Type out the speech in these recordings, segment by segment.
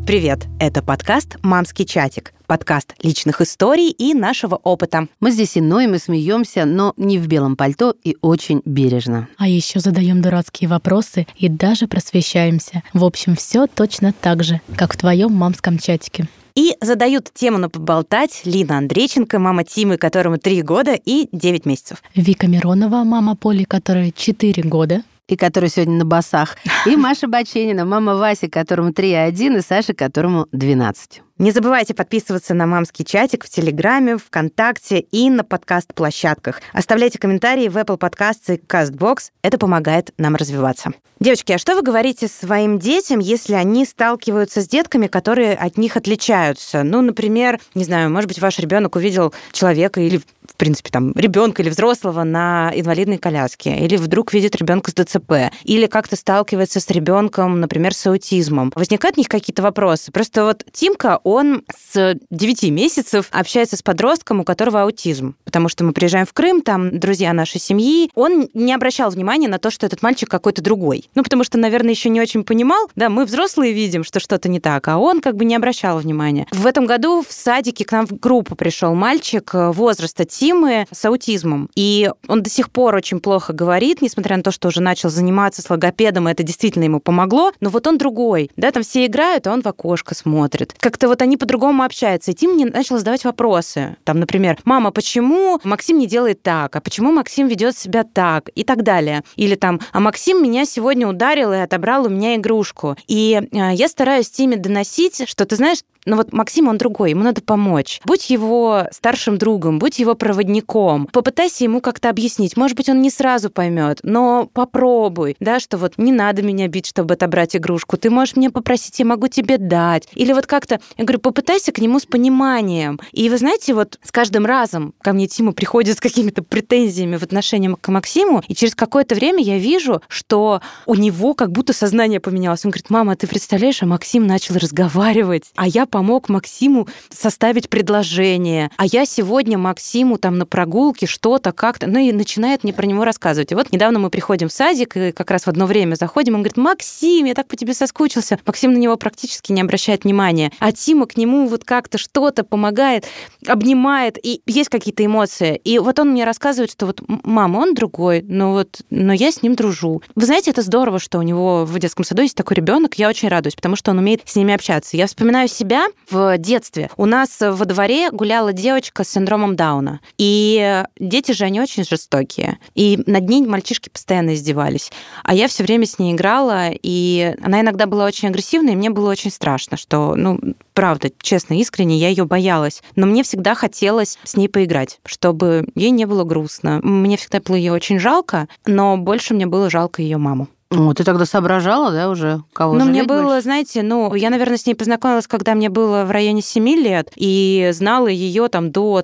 Привет! Это подкаст «Мамский чатик». Подкаст личных историй и нашего опыта. Мы здесь и ноем, и смеемся, но не в белом пальто и очень бережно. А еще задаем дурацкие вопросы и даже просвещаемся. В общем, все точно так же, как в твоем мамском чатике. И задают тему на поболтать Лина Андрейченко, мама Тимы, которому 3 года и 9 месяцев. Вика Миронова, мама Поли, которой 4 года. И которая сегодня на басах. И Маша Баченина, мама Васи, которому 3,1, и Саше, которому 12. Не забывайте подписываться на «Мамский чатик» в Телеграме, ВКонтакте и на подкаст-площадках. Оставляйте комментарии в Apple Podcasts и CastBox. Это помогает нам развиваться. Девочки, а что вы говорите своим детям, если они сталкиваются с детками, которые от них отличаются? Ну, например, не знаю, может быть, ваш ребенок увидел человека или, в принципе, там, ребенка или взрослого на инвалидной коляске, или вдруг видит ребенка с ДЦП, или как-то сталкивается с ребенком, например, с аутизмом. Возникают у них какие-то вопросы? Просто вот Тимка, он с 9 месяцев общается с подростком, у которого аутизм. Потому что мы приезжаем в Крым, там друзья нашей семьи. Он не обращал внимания на то, что этот мальчик какой-то другой. Ну, потому что, наверное, еще не очень понимал. Да, мы взрослые видим, что что-то не так, а он как бы не обращал внимания. В этом году в садике к нам в группу пришел мальчик возраста Тимы с аутизмом. И он до сих пор очень плохо говорит, несмотря на то, что уже начал заниматься с логопедом, и это действительно ему помогло. Но вот он другой. Да, там все играют, а он в окошко смотрит. Как-то вот они по-другому общаются. И Тим мне начал задавать вопросы. Там, например, мама, почему Максим не делает так? А почему Максим ведет себя так? И так далее. Или там, а Максим меня сегодня ударил и отобрал у меня игрушку. И я стараюсь Тиме доносить, что, ты знаешь, но вот Максим, он другой, ему надо помочь. Будь его старшим другом, будь его проводником. Попытайся ему как-то объяснить. Может быть, он не сразу поймет, но попробуй, да, что вот не надо меня бить, чтобы отобрать игрушку. Ты можешь меня попросить, я могу тебе дать. Или вот как-то, я говорю, попытайся к нему с пониманием. И вы знаете, вот с каждым разом ко мне Тима приходит с какими-то претензиями в отношении к Максиму, и через какое-то время я вижу, что у него как будто сознание поменялось. Он говорит, мама, ты представляешь, а Максим начал разговаривать, а я помог Максиму составить предложение, а я сегодня Максиму там на прогулке что-то как-то, ну и начинает мне про него рассказывать. И вот недавно мы приходим в садик, и как раз в одно время заходим, он говорит, Максим, я так по тебе соскучился. Максим на него практически не обращает внимания, а Тима к нему вот как-то что-то помогает, обнимает, и есть какие-то эмоции. И вот он мне рассказывает, что вот, мама, он другой, но я с ним дружу. Вы знаете, это здорово, что у него в детском саду есть такой ребенок, я очень радуюсь, потому что он умеет с ними общаться. Я вспоминаю себя в детстве. У нас во дворе гуляла девочка с синдромом Дауна. И дети же, они очень жестокие. И над ней мальчишки постоянно издевались. А я все время с ней играла, и она иногда была очень агрессивной, и мне было очень страшно, что, правда, честно, искренне, я ее боялась. Но мне всегда хотелось с ней поиграть, чтобы ей не было грустно. Мне всегда было ее очень жалко, но больше мне было жалко ее маму. Ты тогда соображала, да, уже, кого жалеть мне было, больше? знаете, я, наверное, с ней познакомилась, когда мне было в районе 7 лет, и знала ее там до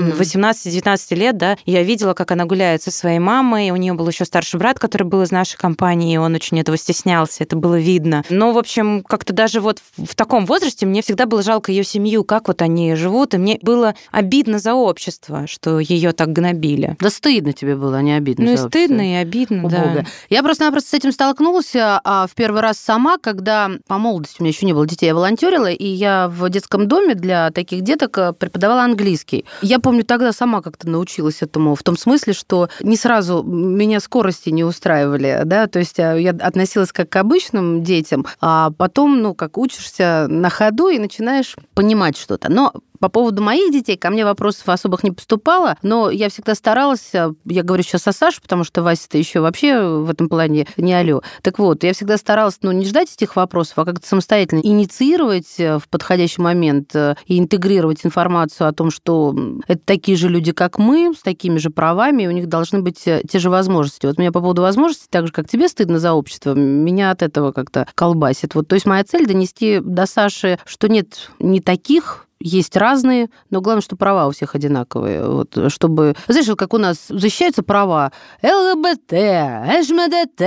18-19 лет, да. Я видела, как она гуляет со своей мамой, у нее был еще старший брат, который был из нашей компании, и он очень этого стеснялся, это было видно. Но, в общем, как-то даже вот в таком возрасте мне всегда было жалко ее семью, как вот они живут, и мне было обидно за общество, что ее так гнобили. Да стыдно тебе было, а не обидно за общество. И стыдно, и обидно, да. Бога. Я просто-напросто с этим столкнулась в первый раз сама, когда по молодости у меня еще не было детей, я волонтерила, и я в детском доме для таких деток преподавала английский. Я помню, тогда сама как-то научилась этому, в том смысле, что не сразу меня скорости не устраивали, да, то есть я относилась как к обычным детям, а потом, как учишься на ходу и начинаешь понимать что-то. Но по поводу моих детей ко мне вопросов особых не поступало, но я всегда старалась, я говорю сейчас о Саше, потому что Вася-то еще вообще в этом плане не алё. Так вот, я всегда старалась, не ждать этих вопросов, а как-то самостоятельно инициировать в подходящий момент и интегрировать информацию о том, что это такие же люди, как мы, с такими же правами, и у них должны быть те же возможности. Вот меня по поводу возможностей, так же, как тебе стыдно за общество, меня от этого как-то колбасит. То есть моя цель донести до Саши, что нет ни таких есть разные, но главное, что права у всех одинаковые. Вот, чтобы... Знаешь, вот как у нас защищаются права ЛГБТ, ЛЖБТ,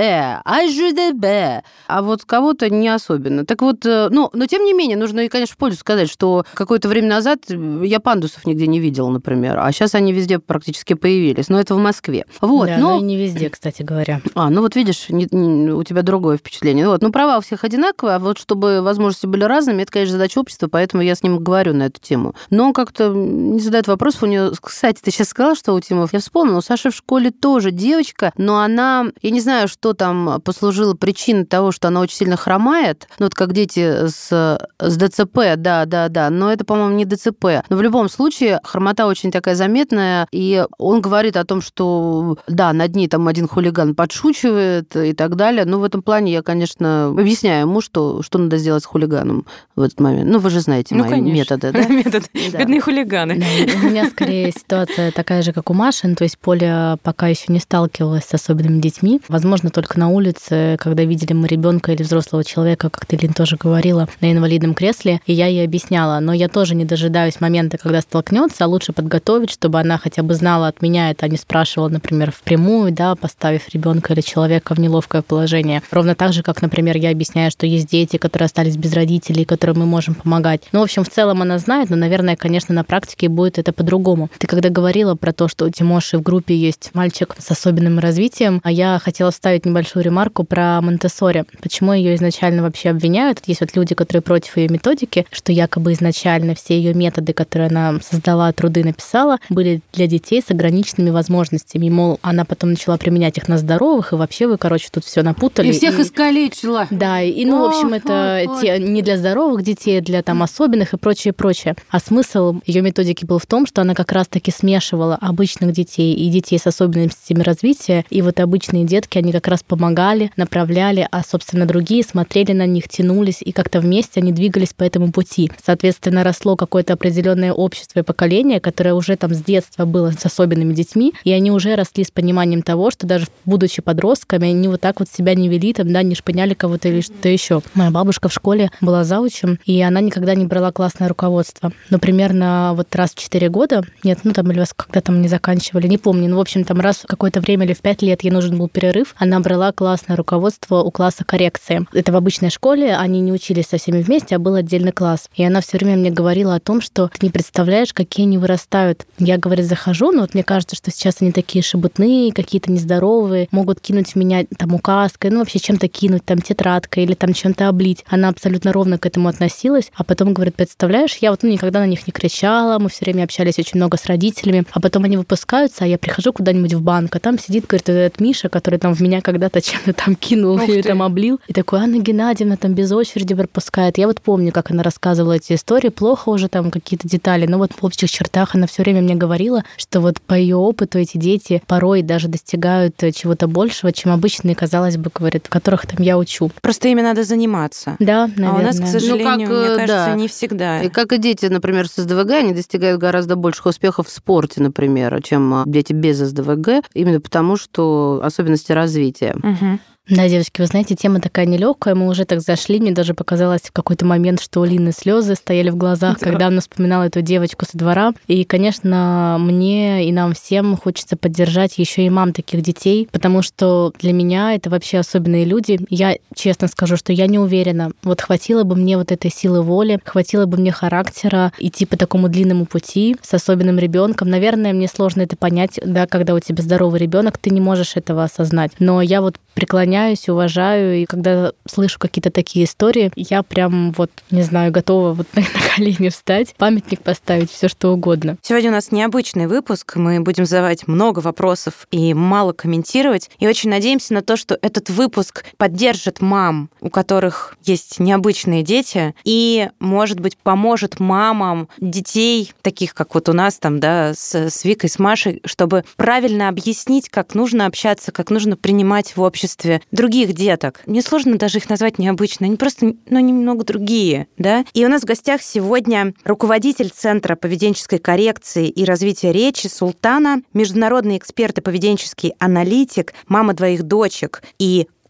АЖДБ, а вот кого-то не особенно. Так вот, но тем не менее, нужно, конечно, в пользу сказать, что какое-то время назад я пандусов нигде не видела, например, а сейчас они везде практически появились. Но это в Москве. Вот, да, но и не везде, кстати говоря. Вот видишь, у тебя другое впечатление. Вот, права у всех одинаковые, а вот чтобы возможности были разными, это, конечно, задача общества, поэтому я с ним говорю на эту тему. Но он как-то не задает вопросов. У нее, кстати, ты сейчас сказала, что аутизм. Я вспомнила, у Саши в школе тоже девочка, но она, я не знаю, что там послужило причиной того, что она очень сильно хромает, вот как дети с ДЦП, да, но это, по-моему, не ДЦП. Но в любом случае хромота очень такая заметная, и он говорит о том, что, да, над ней там один хулиган подшучивает и так далее. В этом плане я, конечно, объясняю ему, что надо сделать с хулиганом в этот момент. Вы же знаете мои методы, да? Методы. Да. Бедные хулиганы. Да, у меня скорее ситуация такая же, как у Маши. То есть Поля пока еще не сталкивалась с особенными детьми. Возможно, только на улице, когда видели мы ребенка или взрослого человека, как ты, Лин, тоже говорила, на инвалидном кресле, и я ей объясняла. Но я тоже не дожидаюсь момента, когда столкнется, а лучше подготовить, чтобы она хотя бы знала от меня это, а не спрашивала, например, впрямую, да, поставив ребенка или человека в неловкое положение. Ровно так же, как, например, я объясняю, что есть дети, которые остались без родителей, которым мы можем помогать. В общем, в целом она знает, но, наверное, конечно, на практике будет это по-другому. Ты когда говорила про то, что у Тимоши в группе есть мальчик с особенным развитием, а я хотела вставить небольшую ремарку про Монтессори. Почему ее изначально вообще обвиняют? Есть вот люди, которые против ее методики, что якобы изначально все ее методы, которые она создала, труды написала, были для детей с ограниченными возможностями. Мол, она потом начала применять их на здоровых, и вообще вы, тут все напутали. И всех искалечила. Да, в общем, это не для здоровых детей, для там особенных и прочее. А смысл ее методики был в том, что она как раз-таки смешивала обычных детей и детей с особенностями развития, и вот обычные детки, они как раз помогали, направляли, а, собственно, другие смотрели на них, тянулись, и как-то вместе они двигались по этому пути. Соответственно, росло какое-то определенное общество и поколение, которое уже там с детства было с особенными детьми, и они уже росли с пониманием того, что даже будучи подростками, они вот так вот себя не вели, там, да, не шпыняли кого-то или что-то еще. Моя бабушка в школе была заучем, и она никогда не брала классное руководство. Но примерно вот раз в 4 года, нет, или когда там не заканчивали, не помню, в общем, там раз в какое-то время или в 5 лет ей нужен был перерыв, она брала классное руководство у класса коррекции. Это в обычной школе, они не учились со всеми вместе, а был отдельный класс. И она все время мне говорила о том, что ты не представляешь, какие они вырастают. Я, говорит, захожу, но вот мне кажется, что сейчас они такие шебутные, какие-то нездоровые, могут кинуть в меня там указкой, вообще чем-то кинуть, там тетрадкой или там чем-то облить. Она абсолютно ровно к этому относилась, а потом говорит, представляешь, я вот никогда на них не кричала, мы все время общались очень много с родителями, а потом они выпускаются, а я прихожу куда-нибудь в банк, а там сидит, говорит, этот Миша, который там в меня когда-то чем-то там кинул или там облил, и такой, Анна Геннадьевна там без очереди пропускает. Я вот помню, как она рассказывала эти истории, плохо уже там какие-то детали, но вот в общих чертах она все время мне говорила, что вот по ее опыту эти дети порой даже достигают чего-то большего, чем обычные, казалось бы, говорит, которых там я учу. Просто ими надо заниматься. Да, наверное. А у нас, к сожалению, мне кажется, не всегда. И как и дети, например, с СДВГ, они достигают гораздо больших успехов в спорте, например, чем дети без СДВГ, именно потому, что особенности развития. Угу. Да, девочки, вы знаете, тема такая нелегкая, мы уже так зашли, мне даже показалось в какой-то момент, что у Лины слезы стояли в глазах, когда она вспоминала эту девочку со двора. И, конечно, мне и нам всем хочется поддержать еще и мам таких детей, потому что для меня это вообще особенные люди. Я честно скажу, что я не уверена. Вот хватило бы мне вот этой силы воли, хватило бы мне характера идти по такому длинному пути с особенным ребенком. Наверное, мне сложно это понять, да, когда у тебя здоровый ребенок, ты не можешь этого осознать. Но я вот преклоняюсь, уважаю, и когда слышу какие-то такие истории, я прям вот, не знаю, готова вот на колени встать, памятник поставить, все что угодно. Сегодня у нас необычный выпуск, мы будем задавать много вопросов и мало комментировать, и очень надеемся на то, что этот выпуск поддержит мам, у которых есть необычные дети, и, может быть, поможет мамам детей, таких как вот у нас там, да, с Викой, с Машей, чтобы правильно объяснить, как нужно общаться, как нужно принимать в обществе других деток. Мне сложно даже их назвать необычно, они просто, немного другие, да. И у нас в гостях сегодня руководитель Центра поведенческой коррекции и развития речи Султана, международный эксперт и поведенческий аналитик, мама двоих дочек и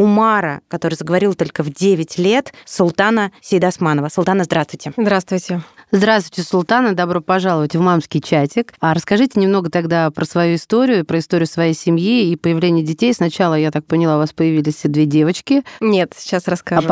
Умара, который заговорил только в 9 лет, Султана Сейдасманова. Султана, здравствуйте. Здравствуйте. Здравствуйте, Султана, добро пожаловать в мамский чатик. А расскажите немного тогда про свою историю, про историю своей семьи и появление детей. Сначала, я так поняла, у вас появились 2 девочки. Нет, сейчас расскажу.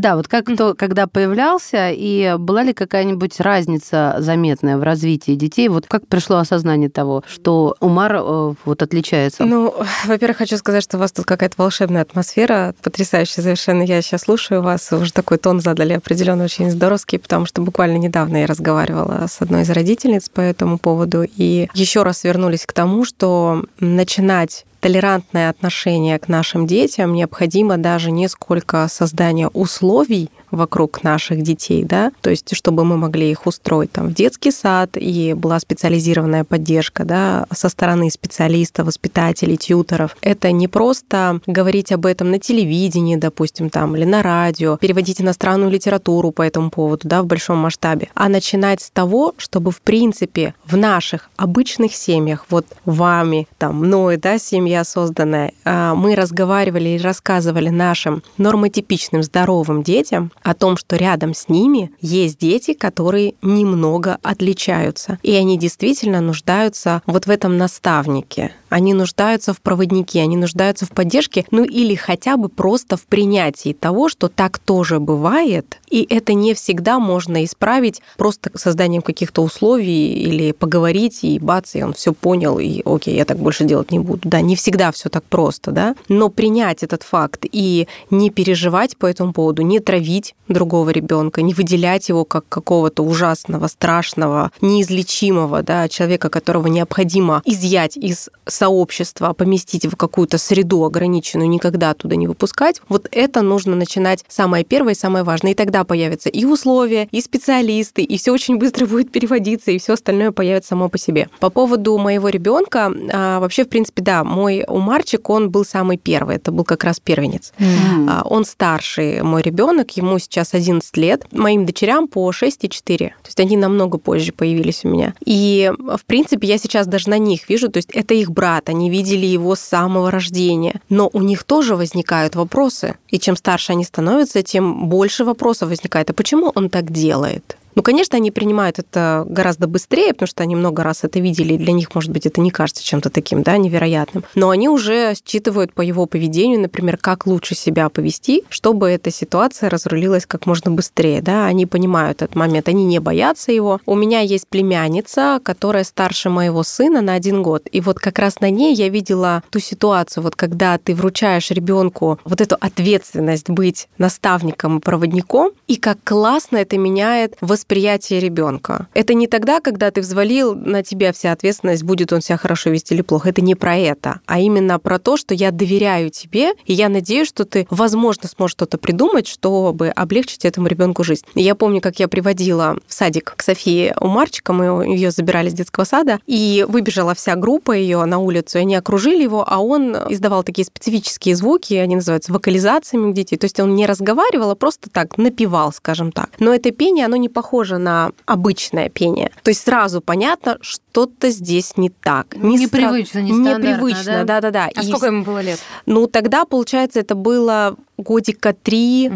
Когда появлялся, и была ли какая-нибудь разница заметная в развитии детей? Вот как пришло осознание того, что Умар отличается? Во-первых, хочу сказать, что у вас тут какая-то волшебная атмосфера, потрясающая совершенно. Я сейчас слушаю вас, уже такой тон задали определенно очень здоровский, потому что буквально недавно я разговаривала с одной из родительниц по этому поводу, и еще раз вернулись к тому, что начинать толерантное отношение к нашим детям необходимо даже не сколько создание условий вокруг наших детей, да, то есть чтобы мы могли их устроить там в детский сад, и была специализированная поддержка, да, со стороны специалистов, воспитателей, тьюторов. Это не просто говорить об этом на телевидении, допустим, там, или на радио, переводить иностранную литературу по этому поводу, да, в большом масштабе, а начинать с того, чтобы, в принципе, в наших обычных семьях, вот вами, там, мной, да, семья созданная, мы разговаривали и рассказывали нашим нормотипичным здоровым детям о том, что рядом с ними есть дети, которые немного отличаются. И они действительно нуждаются вот в этом наставнике. Они нуждаются в проводнике, они нуждаются в поддержке, или хотя бы просто в принятии того, что так тоже бывает, и это не всегда можно исправить просто созданием каких-то условий или поговорить, и бац, и он все понял, и окей, я так больше делать не буду. Да, не всегда все так просто, да, но принять этот факт и не переживать по этому поводу, не травить другого ребенка, не выделять его как какого-то ужасного, страшного, неизлечимого, да, человека, которого необходимо изъять из сообщества, поместить в какую-то среду ограниченную, никогда оттуда не выпускать. Вот это нужно начинать самое первое и самое важное. И тогда появятся и условия, и специалисты, и все очень быстро будет переводиться, и все остальное появится само по себе. По поводу моего ребенка, вообще, в принципе, да, мой Умарчик, он был самый первый. Это был как раз первенец. Он старший мой ребенок, ему сейчас 11 лет. Моим дочерям по 6 и 4. То есть они намного позже появились у меня. И, в принципе, я сейчас даже на них вижу, то есть это их брат, они видели его с самого рождения. Но у них тоже возникают вопросы. И чем старше они становятся, тем больше вопросов возникает. А почему он так делает? Конечно, они принимают это гораздо быстрее, потому что они много раз это видели, и для них, может быть, это не кажется чем-то таким, да, невероятным. Но они уже считывают по его поведению, например, как лучше себя повести, чтобы эта ситуация разрулилась как можно быстрее, да. Они понимают этот момент, они не боятся его. У меня есть племянница, которая старше моего сына на 1 год, и вот как раз на ней я видела ту ситуацию, вот когда ты вручаешь ребенку вот эту ответственность быть наставником и проводником, и как классно это меняет восприятие ребенка. Это не тогда, когда ты взвалил на тебя вся ответственность, будет он себя хорошо вести или плохо. Это не про это, а именно про то, что я доверяю тебе, и я надеюсь, что ты, возможно, сможешь что-то придумать, чтобы облегчить этому ребенку жизнь. И я помню, как я приводила в садик к Софии Умарчика, мы ее забирали с детского сада, и выбежала вся группа ее на улицу, и они окружили его, а он издавал такие специфические звуки, они называются вокализациями у детей. То есть он не разговаривал, а просто так напевал, скажем так. Но это пение, оно не похоже на обычное пение. То есть сразу понятно, что-то здесь не так. Непривычно, нестандартно. Непривычно, да-да-да. А сколько ему было лет? Тогда, получается, это было годика 3,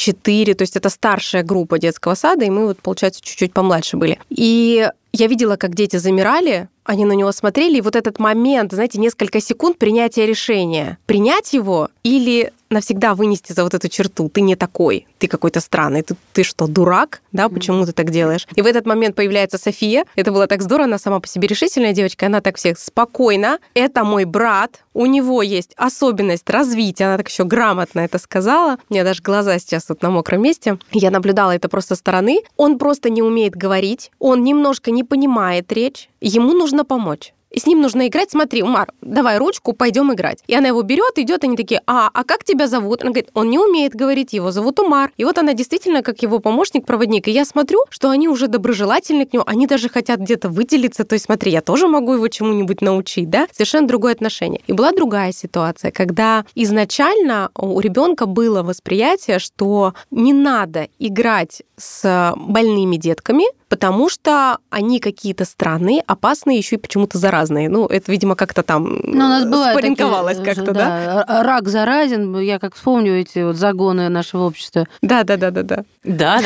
4, то есть это старшая группа детского сада, и мы вот, получается, чуть-чуть помладше были. И я видела, как дети замирали, они на него смотрели, и вот этот момент, знаете, несколько секунд принятия решения. Принять его или навсегда вынести за вот эту черту. Ты не такой, ты какой-то странный, ты что, дурак? Да, почему ты так делаешь? И в этот момент появляется София. Это было так здорово, она сама по себе решительная девочка, она так всех спокойно. Это мой брат, у него есть особенность развития, она так еще грамотно это сказала. У меня даже глаза сейчас тут на мокром месте. Я наблюдала это просто со стороны. Он просто не умеет говорить, он немножко не понимает речь, ему нужно помочь. И с ним нужно играть. Смотри, Умар, давай ручку, пойдем играть. И она его берет, идет, они такие, а как тебя зовут? Она говорит, он не умеет говорить, его зовут Умар. И вот она действительно как его помощник, проводник. И я смотрю, что они уже доброжелательны к нему, они даже хотят где-то выделиться. То есть смотри, я тоже могу его чему-нибудь научить, да? Совершенно другое отношение. И была другая ситуация, когда изначально у ребенка было восприятие, что не надо играть с больными детками, потому что они какие-то странные, опасные, еще и почему-то заразные. Ну, это, видимо, как-то там спарринговалось как-то, да? Рак заразен, я как вспомню эти вот загоны нашего общества. Да. Да.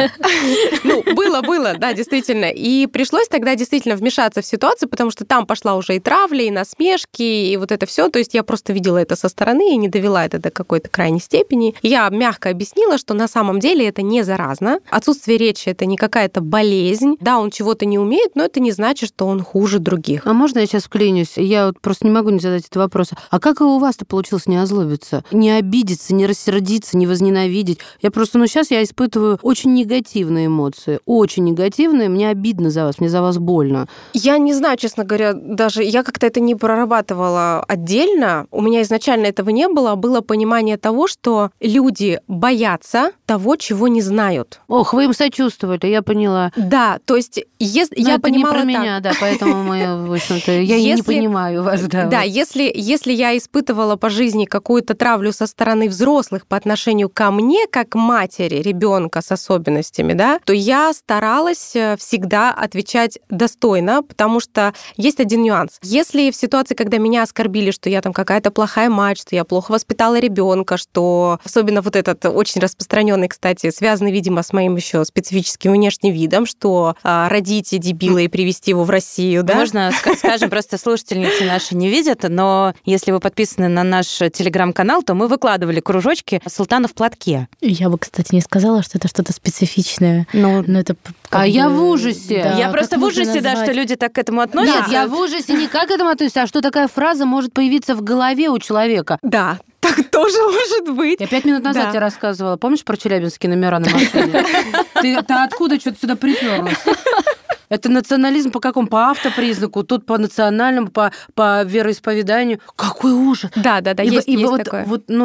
Ну, было, да, действительно. И пришлось тогда действительно вмешаться в ситуацию, потому что там пошла уже и травля, и насмешки, и вот это все. То есть я просто видела это со стороны и не довела это до какой-то крайней степени. Я мягко объяснила, что на самом деле это не заразно. Отсутствие речи — это не какая-то болезнь. Да, он чего-то не умеет, но это не значит, что он хуже других. А можно я сейчас вклинюсь? Я вот просто не могу не задать этот вопрос. А как у вас-то получилось не озлобиться? Не обидеться, не рассердиться, не возненавидеть? Я просто, сейчас я испытываю очень негативные эмоции. Очень негативные. Мне обидно за вас, мне за вас больно. Я не знаю, честно говоря, даже я как-то это не прорабатывала отдельно. У меня изначально этого не было. Было понимание того, что люди боятся того, чего не знают. Ох, вы им сочувствовали, я поняла. Да, то есть если я это понимала не про меня, так. да, поэтому мы, в общем-то, я не понимаю вас. Да, если я испытывала по жизни какую-то травлю со стороны взрослых по отношению ко мне, как матери ребенка с особенностями, да, то я старалась всегда отвечать достойно, потому что есть один нюанс. Если в ситуации, когда меня оскорбили, что я там какая-то плохая мать, что я плохо воспитала ребенка, что особенно вот этот очень распространенный, кстати, связанный, видимо, с моим еще специфическим внешним видом, что родите дебила и привезти его в Россию, да? Можно, скажем, просто слушательницы наши не видят, но если вы подписаны на наш телеграм-канал, то мы выкладывали кружочки султана в платке. Я бы, кстати, не сказала, что это что-то специфичное. Но это я в ужасе. Да, я просто в ужасе, да, что люди так к этому относятся. Нет, я в ужасе не как к этому относюсь, а что такая фраза может появиться в голове у человека. Да, так тоже может быть. Я 5 минут назад тебе рассказывала. Помнишь про челябинские номера на машине? Ты откуда что-то сюда припёрлась? Это национализм по какому? По автопризнаку, тут по национальному, по вероисповеданию. Какой ужас! Да, есть такое.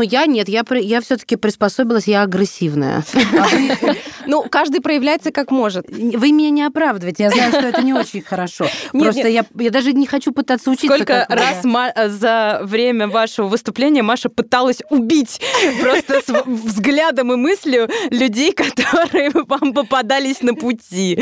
Я все-таки приспособилась, я агрессивная. Ну, каждый проявляется как может. Вы меня не оправдываете, я знаю, что это не очень хорошо. Просто я даже не хочу пытаться учиться. Сколько раз за время вашего выступления Маша пыталась убить просто с взглядом и мыслью людей, которые вам попадались на пути.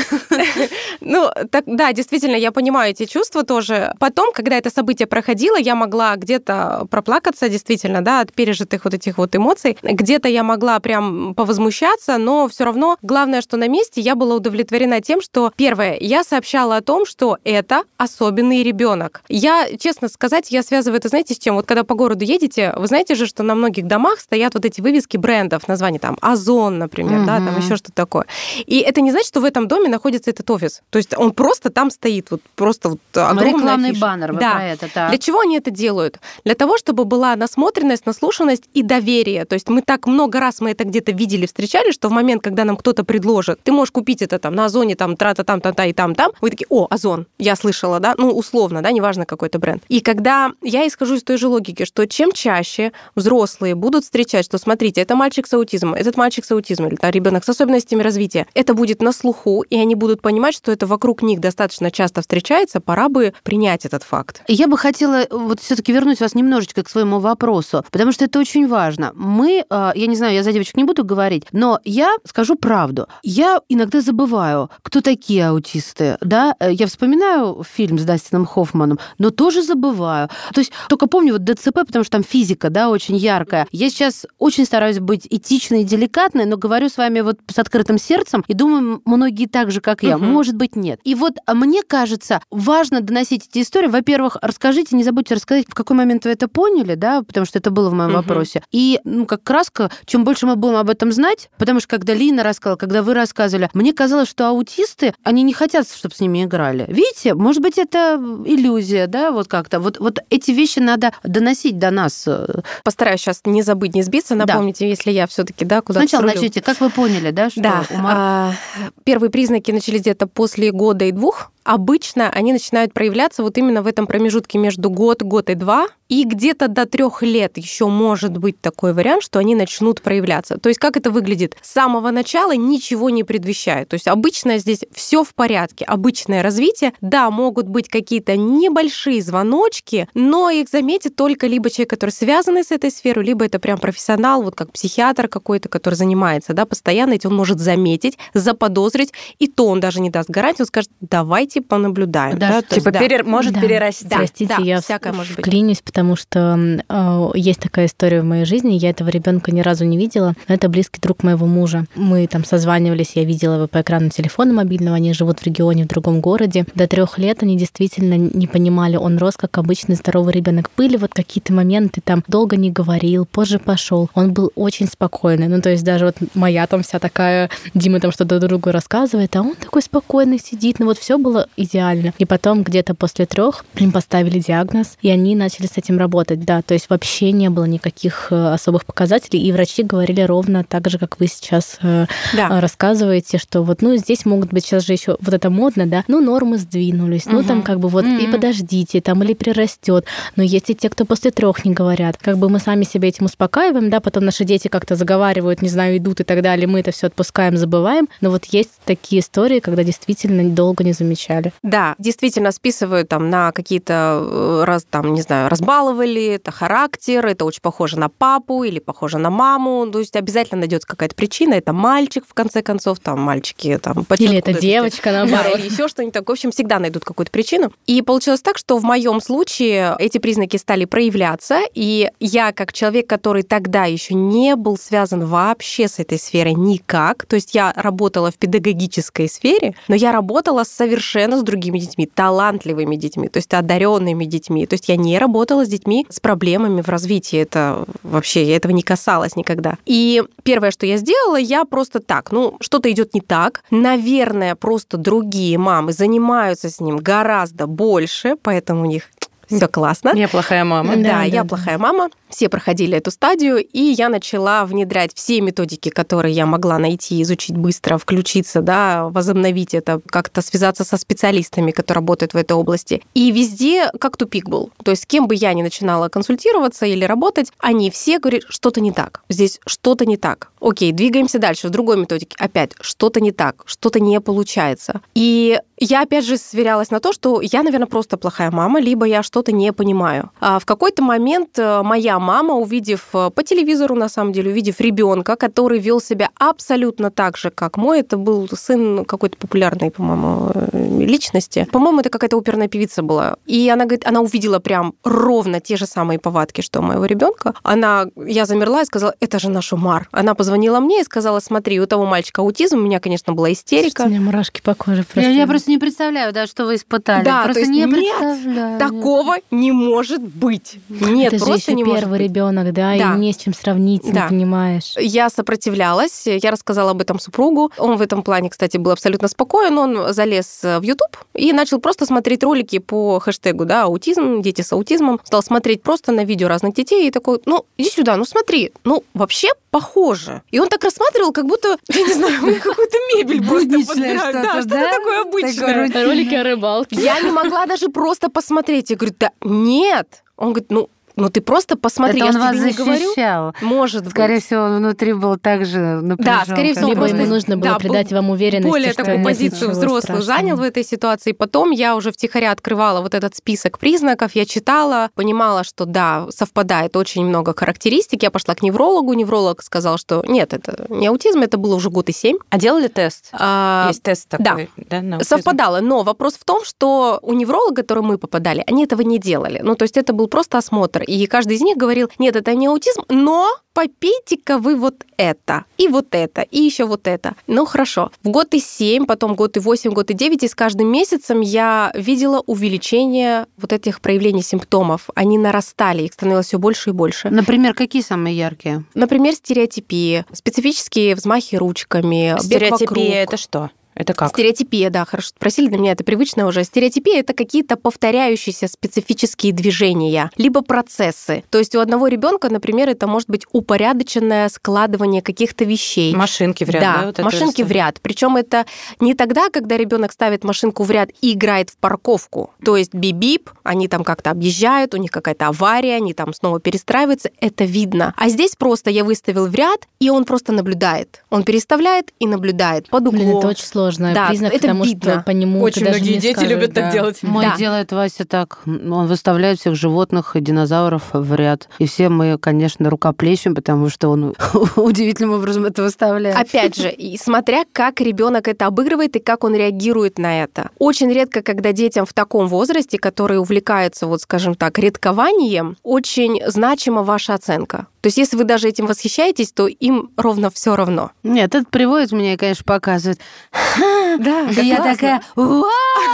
Ну, так, да, действительно, я понимаю эти чувства тоже. Потом, когда это событие проходило, я могла где-то проплакаться, действительно, да, от пережитых вот этих вот эмоций. Где-то я могла прям повозмущаться, но все равно главное, что на месте я была удовлетворена тем, что, первое, я сообщала о том, что это особенный ребенок. Я, честно сказать, я связываю это, знаете, с чем? Вот когда по городу едете, вы знаете же, что на многих домах стоят вот эти вывески брендов, название там Озон, например, да, там еще что-то такое. И это не значит, что в этом доме находится этот офис. То есть он просто там стоит, вот просто вот огромная рекламный афиша. баннер про это, да. Для чего они это делают? Для того, чтобы была насмотренность, наслушанность и доверие. То есть мы так много раз мы это где-то видели, встречали, что в момент, когда нам кто-то предложит, ты можешь купить это там на Озоне, там, там, и там, вы такие, о, Озон, я слышала, да, ну, условно, да, неважно какой то бренд. И когда я исхожу из той же логики, что чем чаще взрослые будут встречать, что, смотрите, это мальчик с аутизмом, этот мальчик с аутизмом, или ребенок с особенностями развития, это будет на слуху, и они будут понимать, что это вокруг них достаточно часто встречается, пора бы принять этот факт. Я бы хотела вот все-таки вернуть вас немножечко к своему вопросу, потому что это очень важно. Я не знаю, я за девочек не буду говорить, но я скажу правду. Я иногда забываю, кто такие аутисты, да? Я вспоминаю фильм с Дастином Хоффманом, но тоже забываю. То есть только помню вот ДЦП, потому что там физика, да, очень яркая. Я сейчас очень стараюсь быть этичной и деликатной, но говорю с вами вот с открытым сердцем и думаю, многие так же, как я. Может быть, нет. И вот мне кажется, важно доносить эти истории. Во-первых, расскажите, не забудьте рассказать, в какой момент вы это поняли, да, потому что это было в моем вопросе. И, как краска, чем больше мы будем об этом знать, потому что когда Лина рассказала, когда вы рассказывали, мне казалось, что аутисты, они не хотят, чтобы с ними играли. Видите, может быть, это иллюзия, да, вот как-то. Вот эти вещи надо доносить до нас. Постараюсь сейчас не забыть, не сбиться. Напомните, если я все-таки, да, куда-то сначала начните, как вы поняли, да, что Первые признаки начались где-то после года и 2. обычно они начинают проявляться вот именно в этом промежутке между год и 2, и где-то до 3 лет еще может быть такой вариант, что они начнут проявляться. То есть как это выглядит? С самого начала ничего не предвещает. То есть обычно здесь все в порядке, обычное развитие. Да, могут быть какие-то небольшие звоночки, но их заметит только либо человек, который связан с этой сферой, либо это прям профессионал, вот как психиатр какой-то, который занимается, да, постоянно, ведь он может заметить, заподозрить, и то он даже не даст гарантии, он скажет, давайте понаблюдаем. Да, типа может перерасти. Да, простите, я всякое может быть. Вклинюсь, потому что есть такая история в моей жизни, я этого ребенка ни разу не видела, но это близкий друг моего мужа. Мы там созванивались, я видела его по экрану телефона мобильного, они живут в регионе, в другом городе. До 3 лет они действительно не понимали, он рос как обычный здоровый ребенок. Были вот какие-то моменты, там долго не говорил, позже пошел. Он был очень спокойный. Ну, то есть даже вот моя там вся такая, Дима там что-то друг другу рассказывает, а он такой спокойный сидит. Ну, вот все было идеально. И потом где-то после 3 им поставили диагноз, и они начали с этим работать, да. То есть вообще не было никаких особых показателей, и врачи говорили ровно так же, как вы сейчас рассказываете, что вот, ну, здесь могут быть сейчас же еще вот это модно, да, ну, нормы сдвинулись, ну, там как бы вот и подождите, там или прирастет. Но есть и те, кто после 3 не говорят. Как бы мы сами себя этим успокаиваем, да, потом наши дети как-то заговаривают, не знаю, идут и так далее, мы это все отпускаем, забываем. Но вот есть такие истории, когда действительно долго не замечали. Да, действительно списывают там на какие-то, не знаю, разбаловали, это характер, это очень похоже на папу или похоже на маму, то есть обязательно найдется какая-то причина, это мальчик, в конце концов, там мальчики там или это девочка, наоборот. Да, или еще что-нибудь такое. В общем, всегда найдут какую-то причину. И получилось так, что в моем случае эти признаки стали проявляться, и я, как человек, который тогда еще не был связан вообще с этой сферой никак, то есть я работала в педагогической сфере, но я работала совершенно с другими детьми, талантливыми детьми, то есть одаренными детьми. То есть я не работала с детьми с проблемами в развитии. Это вообще, я этого не касалась никогда. И первое, что я сделала, я просто так, что-то идет не так. Наверное, просто другие мамы занимаются с ним гораздо больше, поэтому у них все классно. Я плохая мама. Да, я плохая мама. Все проходили эту стадию, и я начала внедрять все методики, которые я могла найти, изучить быстро, включиться, да, возобновить это, как-то связаться со специалистами, которые работают в этой области. И везде как тупик был. То есть с кем бы я ни начинала консультироваться или работать, они все говорят, что-то не так. Здесь что-то не так. Окей, двигаемся дальше, в другой методике. Опять что-то не так, что-то не получается. И я опять же сверялась на то, что я, наверное, просто плохая мама, либо я что-то не понимаю. А в какой-то момент моя мама, увидев по телевизору, на самом деле, увидев ребенка, который вел себя абсолютно так же, как мой, это был сын какой-то популярной, по-моему, личности. По-моему, это какая-то оперная певица была. И она говорит, она увидела прям ровно те же самые повадки, что у моего ребенка. Я замерла и сказала, это же наш Умар. Она позвонила мне и сказала, смотри, у того мальчика аутизм, у меня, конечно, была истерика. У меня мурашки по коже просто. Я просто не представляю, да, что вы испытали. Да, просто то есть не нет, представляю. такого не может быть. Нет, это просто же не может первый быть. ребенок, да, и не с чем сравнить, не понимаешь. Я сопротивлялась, я рассказала об этом супругу. Он в этом плане, кстати, был абсолютно спокоен. Он залез в YouTube и начал просто смотреть ролики по хэштегу, да, аутизм, дети с аутизмом. Стал смотреть просто на видео разных детей и такой, иди сюда, смотри, вообще похоже. И он так рассматривал, как будто, я не знаю, у меня какую-то мебель просто подбирают. Да, что-то такое обычное. Ролики о рыбалке. Я не могла даже просто посмотреть. Я говорю, да нет. Он говорит, ты просто посмотри, это я он вас тебе не защищал. говорю. Может Скорее быть. всего, он внутри был так же напряжен. Да, скорее всего, либо ему нужно было придать вам уверенность, более что такую нет позицию ничего взрослую страшного. занял в этой ситуации. Потом я уже втихаря открывала вот этот список признаков, я читала, понимала, что да, совпадает очень много характеристик. Я пошла к неврологу, невролог сказал, что нет, это не аутизм, это было уже 7 года. А делали тест? Есть тест такой, да, на аутизм? совпадало. Но вопрос в том, что у невролога, который мы попадали, они этого не делали. То есть это был просто осмотр. И каждый из них говорил, нет, это не аутизм, но попейте-ка вы вот это, и еще вот это. Хорошо. В 7 года, потом 8 года, 9, и с каждым месяцем я видела увеличение вот этих проявлений симптомов. Они нарастали, их становилось все больше и больше. Например, какие самые яркие? Например, стереотипии, специфические взмахи ручками, бег вокруг. Стереотипия — это что? Это как? Стереотипия, да, хорошо спросили, для меня это привычно уже. Стереотипия — это какие-то повторяющиеся специфические движения, либо процессы. То есть у одного ребенка, например, это может быть упорядоченное складывание каких-то вещей. Машинки в ряд, да? Да, Вот это машинки же. в ряд. Причем это не тогда, когда ребенок ставит машинку в ряд и играет в парковку. То есть бип-бип, они там как-то объезжают, у них какая-то авария, они там снова перестраиваются, это видно. А здесь просто я выставил в ряд, и он просто наблюдает. Он переставляет и наблюдает под углом. Блин, это очень сложно. Да, Признак, это потому видно. что по нему Очень ты даже многие не дети скажешь, любят так делать. Мой Да. делает Вася так. Он выставляет всех животных и динозавров в ряд. И все мы, конечно, рукоплещем, потому что он удивительным образом это выставляет. Опять же, и смотря как ребенок это обыгрывает и как он реагирует на это. Очень редко, когда детям в таком возрасте, которые увлекаются, вот скажем так, редкованием, очень значима ваша оценка. То есть если вы даже этим восхищаетесь, то им ровно все равно. Нет, это приводит меня и, конечно, показывает. Да, И я такая, вау!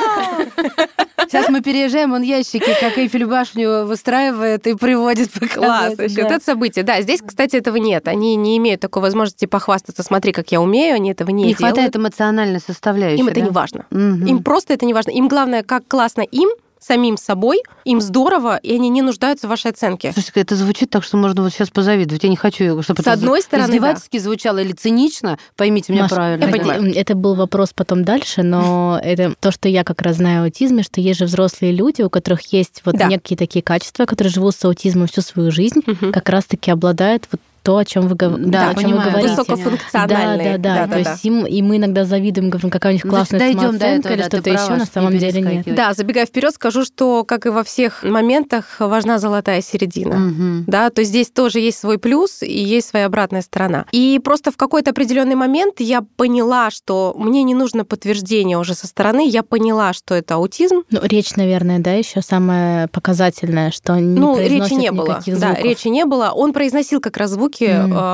Сейчас мы переезжаем, он ящики, как Эйфель башню выстраивает и приводит Класс, показать. вообще. Вот это событие. Да, здесь, кстати, этого нет. Они не имеют такой возможности похвастаться, смотри, как я умею, они этого не Не делают. хватает эмоциональной составляющей. Им это да? не важно. Мгм. Им просто это не важно. Им главное, как классно им, самим собой, им здорово, и они не нуждаются в вашей оценке. Слушайте, это звучит так, что можно вот сейчас позавидовать. Я не хочу, чтобы С одной стороны, издевательски звучало или цинично, поймите меня Маш, правильно. я понимаю. Это был вопрос потом дальше, но это то, что я как раз знаю о аутизме, что есть же взрослые люди, у которых есть вот Да. некие такие качества, которые живут с аутизмом всю свою жизнь, Мгм. как раз-таки обладают вот то, о чем вы, Да, о чем вы понимаю. говорите. Высокофункциональные. Да. То есть и мы иногда завидуем, говорим, какая у них классная Дойдем до самооценка этого, или да, ты что-то еще, права, на что самом не деле нет. перескакивать. Да, забегая вперед, скажу, что, как и во всех моментах, важна золотая середина. Мгм. Да, то есть здесь тоже есть свой плюс и есть своя обратная сторона. И просто в какой-то определенный момент я поняла, что мне не нужно подтверждение уже со стороны, я поняла, что это аутизм. Ну, речь, наверное, да, еще самое показательное, что не произносит речи не было. никаких Да, звуков. речи не было. Он произносил как раз звуки.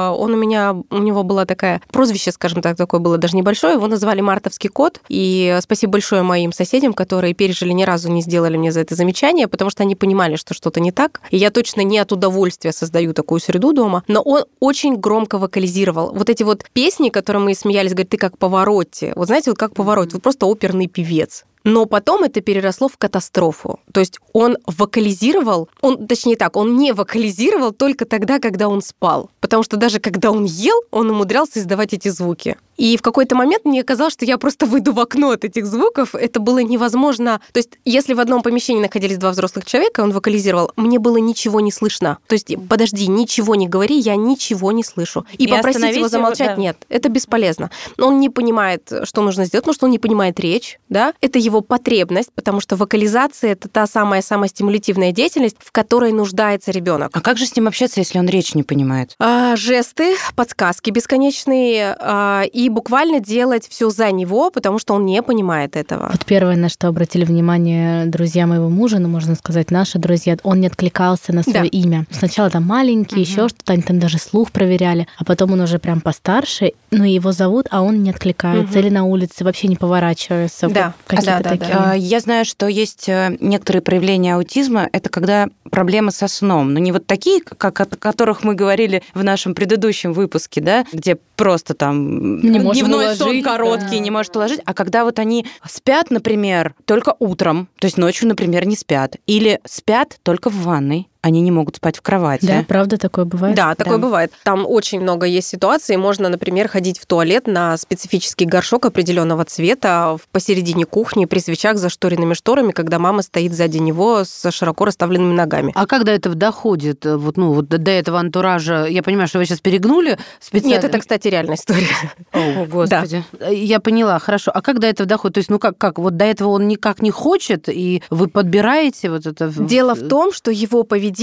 У него было такое прозвище, скажем так, такое было даже небольшое. Его называли «Мартовский кот». И спасибо большое моим соседям, которые пережили, ни разу не сделали мне за это замечание, потому что они понимали, что что-то не так. И я точно не от удовольствия создаю такую среду дома. Но он очень громко вокализировал. Вот эти вот песни, которые мы смеялись, говорит, ты как Паваротти. Вот знаете, вот как Паваротти, вот просто оперный певец. Но потом это переросло в катастрофу. То есть он вокализировал, он не вокализировал только тогда, когда он спал. Потому что даже когда он ел, он умудрялся издавать эти звуки. И в какой-то момент мне казалось, что я просто выйду в окно от этих звуков. Это было невозможно. То есть если в одном помещении находились два взрослых человека, он вокализировал, мне было ничего не слышно. То есть, подожди, ничего не говори, я ничего не слышу. И попросить его остановить замолчать, его, да. нет, это бесполезно. Он не понимает, что нужно сделать, потому что он не понимает речь, да? Это его потребность, потому что вокализация — это та самая стимулятивная деятельность, в которой нуждается ребенок. А как же с ним общаться, если он речь не понимает? Жесты, подсказки бесконечные, и буквально делать все за него, потому что он не понимает этого. Вот первое, на что обратили внимание друзья моего мужа, ну, можно сказать, наши друзья, он не откликался на свое имя. Сначала там маленький, еще что-то, они там даже слух проверяли, а потом он уже прям постарше, ну, его зовут, а он не откликается. Или на улице вообще не поворачивается. Да. Вот какие-то Да. такие. Я знаю, что есть некоторые проявления аутизма. Это когда проблемы со сном. Но не вот такие, как о которых мы говорили в нашем предыдущем выпуске, да, где просто там Не можем дневной сон уложить, короткий, да. не может уложить. А когда вот они спят, например, только утром, то есть ночью, например, не спят. Или спят только в ванной. Они не могут спать в кровати. Да, правда, такое бывает? Да, такое бывает. Там очень много есть ситуаций. Можно, например, ходить в туалет на специфический горшок определенного цвета посередине кухни при свечах за шторенными шторами, когда мама стоит сзади него с широко расставленными ногами. А когда это доходит, вот до этого антуража, я понимаю, что вы сейчас перегнули специально. Нет, это, кстати, реальная история. О, Господи. Я поняла, хорошо. А как до этого доходит? То есть, как? Вот до этого он никак не хочет, и вы подбираете вот это... Дело в том, что его поведение,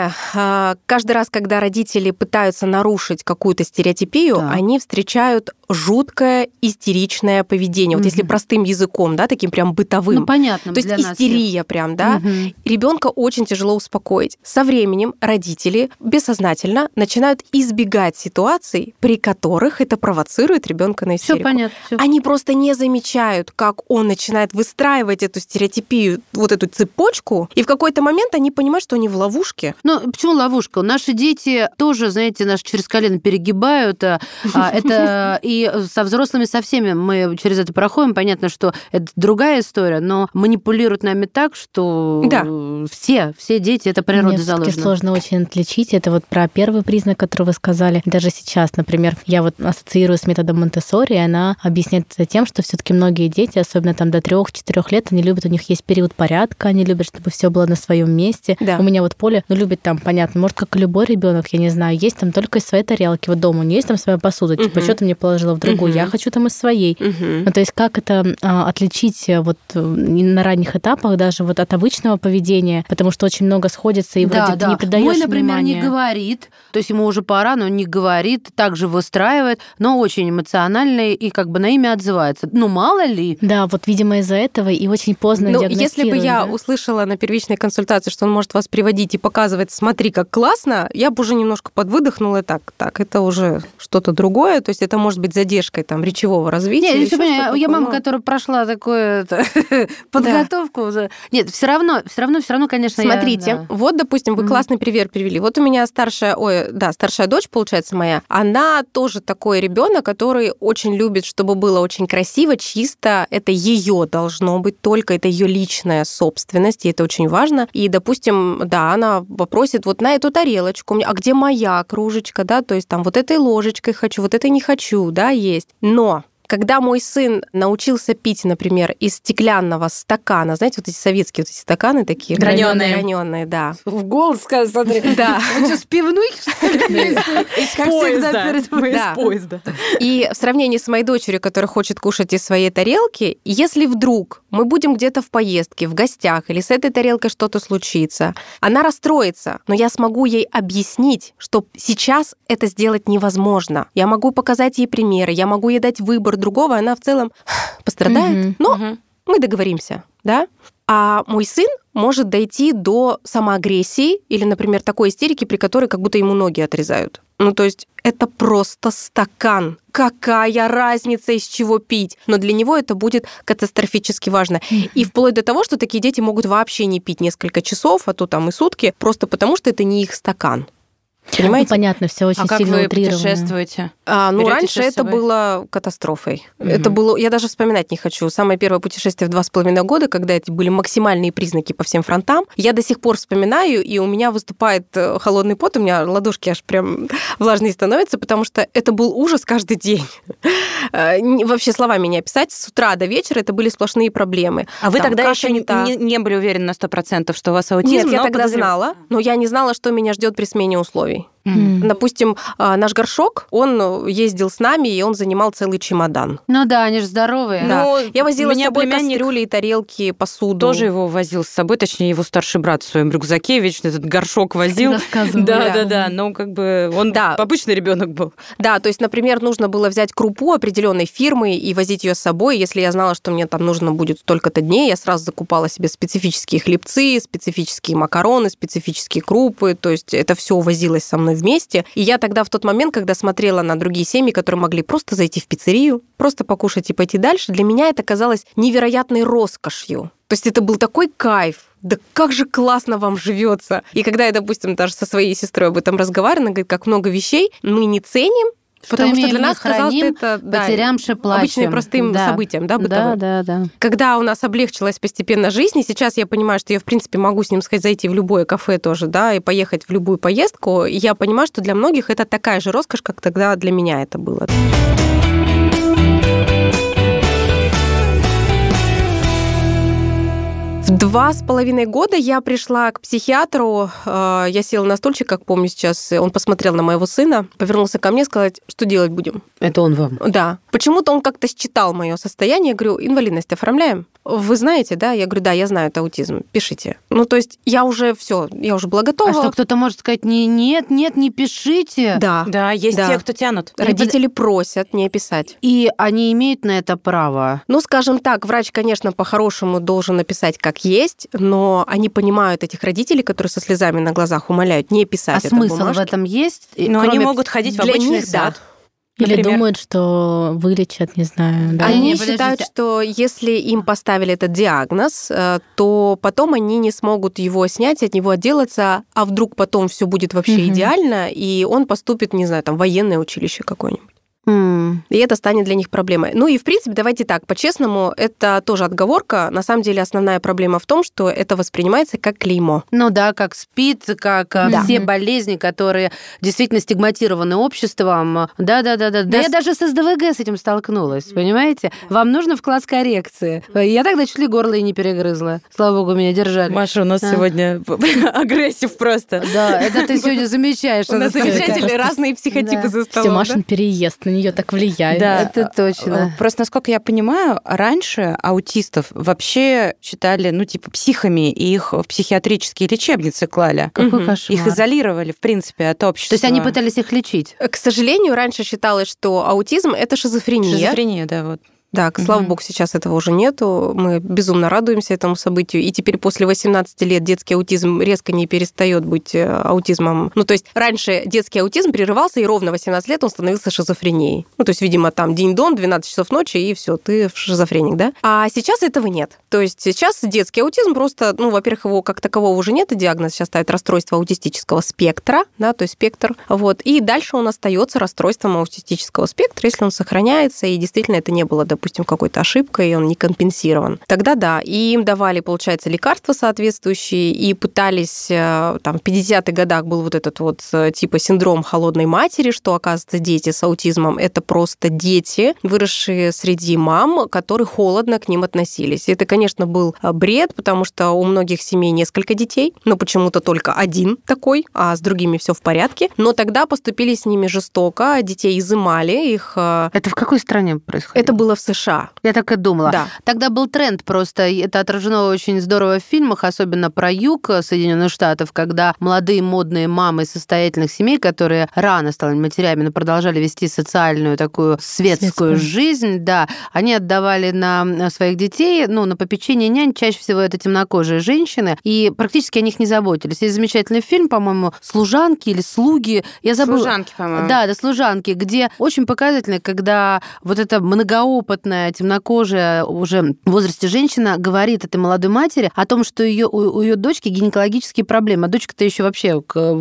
каждый раз, когда родители пытаются нарушить какую-то стереотипию, Так. они встречают жуткое истеричное поведение. Вот если простым языком, да, таким прям бытовым. Ну, понятно. То есть истерия прям, да. Мгм. Ребенка очень тяжело успокоить. Со временем родители бессознательно начинают избегать ситуаций, при которых это провоцирует ребенка на истерику. Все понятно. Всё. Они просто не замечают, как он начинает выстраивать эту стереотипию, вот эту цепочку, и в какой-то момент они понимают, что они в ловушке. ловушки. Ну, почему ловушка? Наши дети тоже, знаете, нас через колено перегибают. Это и со взрослыми, со всеми мы через это проходим. Понятно, что это другая история, но манипулируют нами так, что все дети, это природа заложена. Мне сложно очень отличить. Это вот про первый признак, который вы сказали. Даже сейчас, например, я вот ассоциирую с методом Монтессори, и она объясняет это тем, что все-таки многие дети, особенно там до 3-4 лет, они любят, у них есть период порядка, они любят, чтобы все было на своем месте. Да. У меня вот Поля, любит там, понятно, может, как и любой ребенок, я не знаю, есть там только из своей тарелки. Вот дома у нее есть там своя посуда, типа, что ты мне положила в другую, я хочу там из своей. Ну, то есть как это отличить вот на ранних этапах даже вот от обычного поведения, потому что очень много сходится, и вроде ты не придаешь Мой, например, внимания. не говорит, то есть ему уже пора, но он не говорит, также выстраивает, но очень эмоциональный и как бы на имя отзывается. Ну, мало ли. Да, вот, видимо, из-за этого и очень поздно диагностируем. Если бы я услышала на первичной консультации, что он может вас приводить и показывать, смотри, как классно, я бы уже немножко подвыдохнула, так, это уже что-то другое, то есть это может быть задержкой там речевого развития. Нет, я мама, которая прошла такую подготовку. Нет, все равно, конечно, Смотрите, вот, допустим, вы классный пример привели. Вот у меня старшая дочь, получается, моя, она тоже такой ребенок, который очень любит, чтобы было очень красиво, чисто. Это ее должно быть только, это ее личная собственность, и это очень важно. И, допустим, она попросит вот на эту тарелочку, а где моя кружечка, да, то есть там вот этой ложечкой хочу, вот этой не хочу, да, есть. Но когда мой сын научился пить, например, из стеклянного стакана, знаете, вот эти советские вот эти стаканы такие. Граненые, да. В голос сказать, смотри. Да. Он что, с пивной, что ли? Из поезда. И в сравнении с моей дочерью, которая хочет кушать из своей тарелки, если вдруг мы будем где-то в поездке, в гостях, или с этой тарелкой что-то случится, она расстроится, но я смогу ей объяснить, что сейчас это сделать невозможно. Я могу показать ей примеры, я могу ей дать выбор другого, она в целом пострадает, но мы договоримся, да? А мой сын может дойти до самоагрессии или, например, такой истерики, при которой как будто ему ноги отрезают. Ну, то есть это просто стакан. Какая разница, из чего пить? Но для него это будет катастрофически важно. И вплоть до того, что такие дети могут вообще не пить несколько часов, а то там и сутки, просто потому что это не их стакан. Понимаете? Понятно, все очень сильно утрировано. Как вы путешествуете? Раньше это было катастрофой. Это было, я даже вспоминать не хочу. Самое первое путешествие в 2,5 года, когда эти были максимальные признаки по всем фронтам. Я до сих пор вспоминаю, и у меня выступает холодный пот, у меня ладошки аж прям влажные становятся, потому что это был ужас каждый день. Вообще словами не описать. С утра до вечера это были сплошные проблемы. А вы тогда еще не были уверены на 100%, что у вас аутизм? Нет, я тогда знала, но я не знала, что меня ждет при смене условий. Допустим, наш горшок, он ездил с нами, и он занимал целый чемодан. Ну да, они же здоровые. Да. Я возила с собой кастрюли и тарелки, посуду. Тоже его возил с собой, точнее, его старший брат в своем рюкзаке вечно этот горшок возил. Да. Но как бы он обычный ребенок был. Да, то есть, например, нужно было взять крупу определенной фирмы и возить ее с собой. Если я знала, что мне там нужно будет столько-то дней, я сразу закупала себе специфические хлебцы, специфические макароны, специфические крупы. То есть это все возилось со мной вместе. И я тогда в тот момент, когда смотрела на другие семьи, которые могли просто зайти в пиццерию, просто покушать и пойти дальше, для меня это казалось невероятной роскошью. То есть это был такой кайф. Да как же классно вам живется. И когда я, допустим, даже со своей сестрой об этом разговаривала, она говорит, как много вещей мы не ценим, потому что для нас казалось, это потерямши плачем. Обычным простым событием, бытовым. Да. Когда у нас облегчилась постепенно жизнь, и сейчас я понимаю, что я, в принципе, могу с ним зайти в любое кафе тоже, да, и поехать в любую поездку, и я понимаю, что для многих это такая же роскошь, как тогда для меня это было. В 2,5 года я пришла к психиатру, я села на стульчик, как помню сейчас, он посмотрел на моего сына, повернулся ко мне и сказал, что делать будем? Это он вам? Да. Почему-то он как-то считал мое состояние, я говорю, инвалидность оформляем? Вы знаете, да? Я говорю, да, я знаю, это аутизм, пишите. Ну, то есть я уже была готова. А что, кто-то может сказать, нет, не пишите? Да, есть те, кто тянут. Родители просят не писать. И они имеют на это право? Ну, скажем так, врач, конечно, по-хорошему должен написать как есть, но они понимают этих родителей, которые со слезами на глазах умоляют не писать это смысл бумажки. в этом есть? Но они могут ходить в обычный сад. Или например? думают, что вылечат, не знаю. Да? Они подождите. считают, что если им поставили этот диагноз, то потом они не смогут его снять, от него отделаться, а вдруг потом все будет вообще идеально, и он поступит, не знаю, там, в военное училище какое-нибудь. И это станет для них проблемой. Ну и, в принципе, давайте так, по-честному, это тоже отговорка. На самом деле основная проблема в том, что это воспринимается как клеймо. Ну да, как СПИД, как все болезни, которые действительно стигматированы обществом. Да. Да я даже с СДВГ с этим столкнулась, понимаете? Вам нужно в класс коррекции. Я тогда чуть ли горло и не перегрызла. Слава богу, меня держали. Маша, у нас сегодня агрессив просто. Да, это ты сегодня замечаешь. У нас замечательные разные психотипы за столом. Все, Машин переезд на нее так влияет. Да, это точно. Просто, насколько я понимаю, раньше аутистов вообще считали, психами, и их в психиатрические лечебницы клали. Какой кошмар. Их изолировали, в принципе, от общества. То есть они пытались их лечить? К сожалению, раньше считалось, что аутизм – это шизофрения. Шизофрения, да, вот. Да, слава богу, сейчас этого уже нету. Мы безумно радуемся этому событию. И теперь после 18 лет детский аутизм резко не перестает быть аутизмом. Ну, то есть раньше детский аутизм прерывался, и ровно 18 лет он становился шизофренией. Ну, то есть, видимо, там день-дон, 12 часов ночи, и все, ты шизофреник, да? А сейчас этого нет. То есть сейчас детский аутизм просто, во-первых, его как такового уже нет, и диагноз сейчас ставит расстройство аутистического спектра, да, то есть спектр. Вот. И дальше он остается расстройством аутистического спектра, если он сохраняется, и действительно это не было, допустим, какой-то ошибкой, и он не компенсирован. Тогда да, и им давали, получается, лекарства соответствующие, и пытались, там, в 50-х годах был вот этот вот типа синдром холодной матери, что, оказывается, дети с аутизмом – это просто дети, выросшие среди мам, которые холодно к ним относились. И это, конечно, был бред, потому что у многих семей несколько детей, но почему-то только один такой, а с другими все в порядке. Но тогда поступили с ними жестоко, детей изымали, их... Это в какой стране происходило? Это было в США. Я так и думала. Да. Тогда был тренд просто, это отражено очень здорово в фильмах, особенно про юг Соединенных Штатов, когда молодые модные мамы из состоятельных семей, которые рано стали матерями, но продолжали вести социальную такую светскую жизнь, да, они отдавали на своих детей, на попечение нянь, чаще всего это темнокожие женщины, и практически о них не заботились. Есть замечательный фильм, по-моему, «Служанки» или «Слуги», я забыла. «Служанки», по-моему. Да, «Служанки», где очень показательно, когда вот эта многоопытная, темнокожая уже в возрасте женщина говорит этой молодой матери о том, что у ее дочки гинекологические проблемы. А дочка-то еще вообще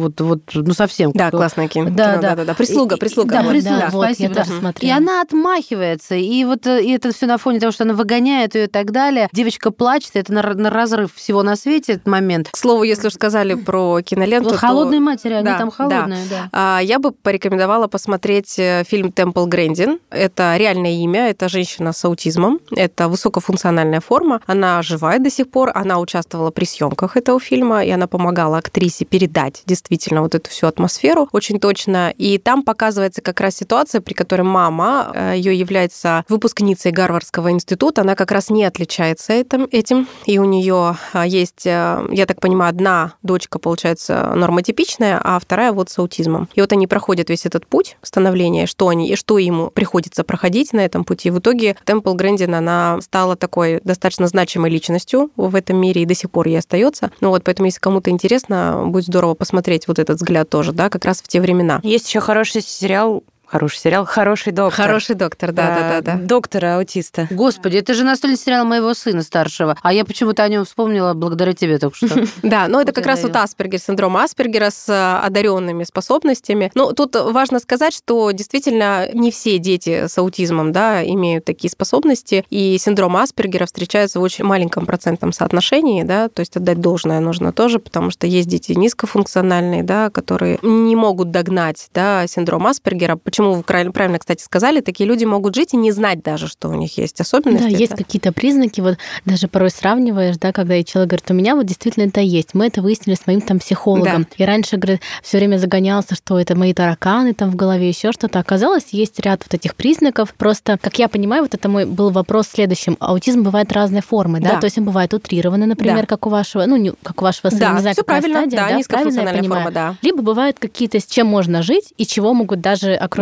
совсем. Да, классное кино. Да. Прислуга. Да, прислуга, спасибо. Я тоже смотрела. И она отмахивается, и это все на фоне того, что она выгоняет ее и так далее. Девочка плачет, это на разрыв всего на свете этот момент. К слову, если уж сказали про киноленту, «Холодные матери», они да, там холодные, да. Я бы порекомендовала посмотреть фильм «Темпл Грандин». Это реальное имя, это женщина с аутизмом, это высокофункциональная форма. Она живая до сих пор, она участвовала при съемках этого фильма, и она помогала актрисе передать действительно вот эту всю атмосферу очень точно. И там показывается как раз ситуация, при которой мама, ее является выпускницей Гарвардского института, она как раз не отличается этим, и у нее есть, я так понимаю, одна дочка, получается, нормотипичная, а вторая вот с аутизмом. И вот они проходят весь этот путь становления, что ему приходится проходить на этом пути. В итоге Темпл Грандин, она стала такой достаточно значимой личностью в этом мире и до сих пор ей остается. Поэтому, если кому-то интересно, будет здорово посмотреть вот этот взгляд тоже, да, как раз в те времена. Есть еще хороший сериал «Хороший доктор». «Хороший доктор», да. Доктора-аутиста. Господи, это же настольный сериал моего сына старшего, а я почему-то о нем вспомнила благодаря тебе только что. Да, это как раз вот Аспергер, синдром Аспергера с одаренными способностями. Тут важно сказать, что действительно не все дети с аутизмом, да, имеют такие способности, и синдром Аспергера встречается в очень маленьком процентном соотношении, да, то есть отдать должное нужно тоже, потому что есть дети низкофункциональные, да, которые не могут догнать, да, синдром Аспергера. Почему вы правильно, кстати, сказали, такие люди могут жить и не знать даже, что у них есть особенности. Да, есть какие-то признаки, даже порой сравниваешь, да, когда человек говорит, у меня действительно это есть. Мы это выяснили с моим психологом. Да. И раньше, говорит, все время загонялся, что это мои тараканы в голове, еще что-то. Оказалось, есть ряд этих признаков. Просто, как я понимаю, это мой был вопрос в следующем. Аутизм бывает разной формы, да? То есть он бывает утрированный, например, как у вашего, как у вашего сына, не знаю, какая стадия, да, низкофункциональная форма, да. Либо бывают какие-то, с чем можно жить, и чего могут даже окружающие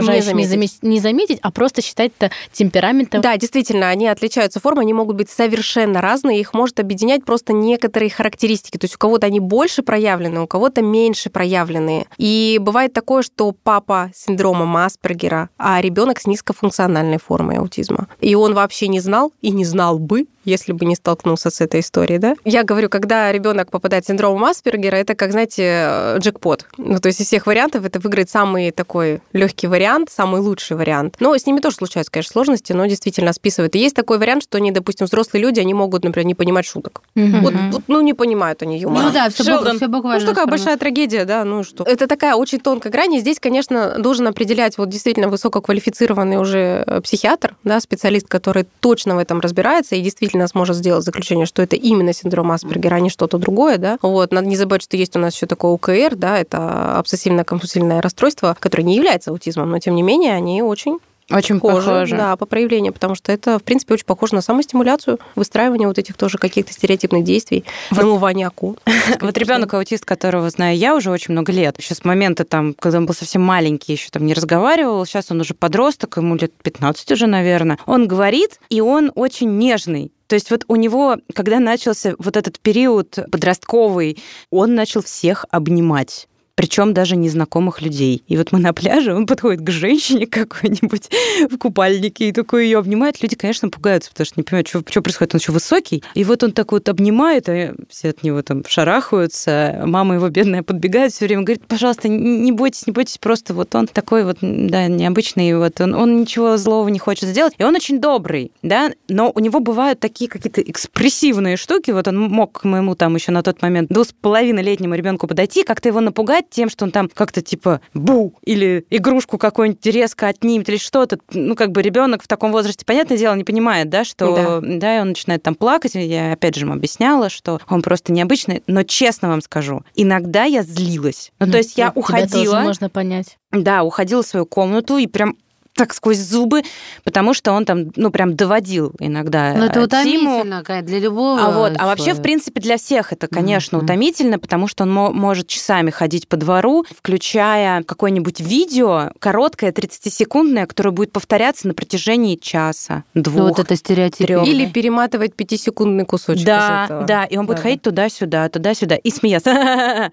окружающим не заметить, а просто считать это темпераментом. Да, действительно, они отличаются формой, они могут быть совершенно разные, их может объединять просто некоторые характеристики. То есть у кого-то они больше проявлены, у кого-то меньше проявленные. И бывает такое, что папа с синдромом Аспергера, а ребенок с низкофункциональной формой аутизма. И он вообще не знал и не знал бы, если бы не столкнулся с этой историей, да? Я говорю, когда ребенок попадает с синдромом Аспергера, это, как, знаете, джекпот. Ну, то есть из всех вариантов это выиграет самый такой легкий вариант, самый лучший вариант. Но с ними тоже случаются, конечно, сложности, но действительно списывают. И есть такой вариант, что они, допустим, взрослые люди, они могут, например, не понимать шуток. Вот, не понимают они юмора. Ну да, все буквально. Ну, такая большая трагедия, да, ну что. Это такая очень тонкая грань, и здесь, конечно, должен определять вот действительно высококвалифицированный уже психиатр, да, специалист, который точно в этом разбирается и действительно сможет сделать заключение, что это именно синдром Аспергера, а не что-то другое, да. Вот, надо не забывать, что есть у нас еще такое УКР, да, это обсессивно-компульсивное расстройство, которое не является аутизмом, но тем не менее они очень похожи. Да, по проявлению, потому что это, в принципе, очень похоже на самостимуляцию, выстраивание вот этих тоже каких-то стереотипных действий, намывание аку. Вот ребенок-аутист, которого знаю я уже очень много лет, еще с момента, там, когда он был совсем маленький, еще там не разговаривал, сейчас он уже подросток, ему лет 15 уже, наверное, он говорит, и он очень нежный. То есть вот у него, когда начался вот этот период подростковый, он начал всех обнимать. Причем даже незнакомых людей. И вот мы на пляже, он подходит к женщине какой-нибудь в купальнике и такой ее обнимает. Люди, конечно, пугаются, потому что не понимают, что происходит. Он еще высокий. И вот он так вот обнимает, а все от него там шарахаются. Мама его бедная подбегает все время, говорит, пожалуйста, не бойтесь, просто вот он такой вот, да, необычный, вот он ничего злого не хочет сделать. И он очень добрый, да, но у него бывают такие какие-то экспрессивные штуки. Вот он мог к моему там еще на тот момент 2,5-летнему ребенку подойти, как-то его напугать тем, что он там как-то типа бу, или игрушку какую-нибудь резко отнимет, или что-то. Ну, как бы ребенок в таком возрасте, понятное дело, не понимает, да, что... Да, и он начинает там плакать. Я, опять же, ему объясняла, что он просто необычный. Но честно вам скажу, иногда я злилась. Ну, то есть я уходила... Тебя тоже можно понять. Да, уходила в свою комнату и прям так сквозь зубы, потому что он там, ну, прям доводил иногда. Ну, это утомительно для любого. А вообще, в принципе, для всех это, конечно, утомительно, потому что он может часами ходить по двору, включая какое-нибудь видео, короткое, 30-секундное, которое будет повторяться на протяжении часа, 2, вот это стереотип. 3. Или перематывать 5-секундный кусочек из этого. Да, и он будет ходить туда-сюда, и смеяться.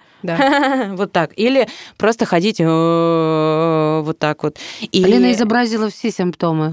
Вот так. Или просто ходить вот так вот. Лена изобразила все симптомы.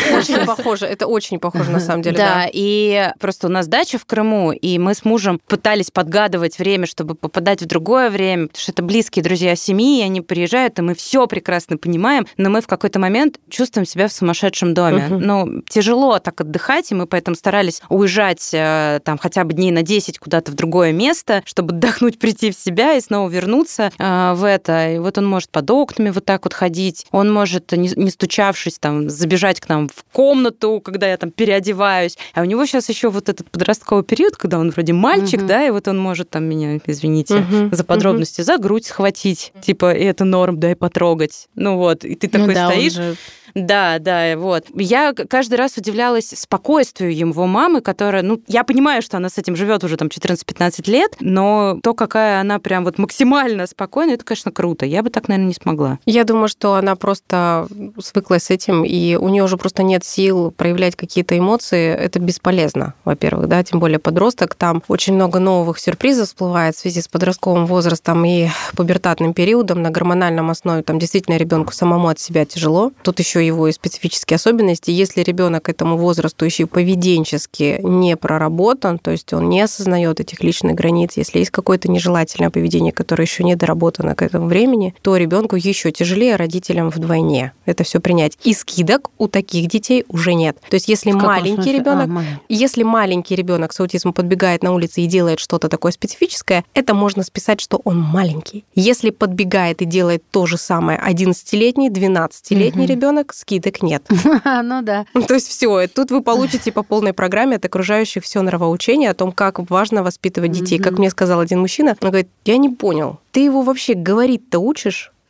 Это очень похоже, на самом деле. Да, и просто у нас дача в Крыму, и мы с мужем пытались подгадывать время, чтобы попадать в другое время, потому что это близкие друзья семьи, и они приезжают, и мы все прекрасно понимаем, но мы в какой-то момент чувствуем себя в сумасшедшем доме. Ну, тяжело так отдыхать, и мы поэтому старались уезжать там хотя бы дней на 10 куда-то в другое место, чтобы отдохнуть, прийти в себя и снова вернуться в это. И вот он может под окнами вот так вот ходить, он может, не стучавшись, там, забежать к нам в комнату, когда я там переодеваюсь. А у него сейчас еще вот этот подростковый период, когда он вроде мальчик, да, и вот он может там меня, извините за подробности, за грудь схватить, типа, и это норм, да, и потрогать. Ну вот, и ты такой стоишь... Да, вот. Я каждый раз удивлялась спокойствию его мамы, которая, ну, я понимаю, что она с этим живет уже там 14-15 лет, но то, какая она прям вот максимально спокойная, это, конечно, круто. Я бы так, наверное, не смогла. Я думаю, что она просто свыклась с этим, и у нее уже просто нет сил проявлять какие-то эмоции. Это бесполезно, во-первых, да, тем более подросток. Там очень много новых сюрпризов всплывает в связи с подростковым возрастом и пубертатным периодом на гормональном основе. Там действительно ребенку самому от себя тяжело. Тут еще его и специфические особенности. Если ребенок к этому возрасту еще и поведенчески не проработан, то есть он не осознает этих личных границ, если есть какое-то нежелательное поведение, которое еще не доработано к этому времени, то ребенку еще тяжелее, родителям вдвойне это все принять. И скидок у таких детей уже нет. То есть если маленький ребенок с аутизмом подбегает на улице и делает что-то такое специфическое, это можно списать, что он маленький. Если подбегает и делает то же самое 11-летний, 12-летний ребенок, скидок нет. Ну да. То есть все, тут вы получите по полной программе от окружающих все нравоучение о том, как важно воспитывать детей. Как мне сказал один мужчина, он говорит, я не понял, ты его вообще говорить-то учишь?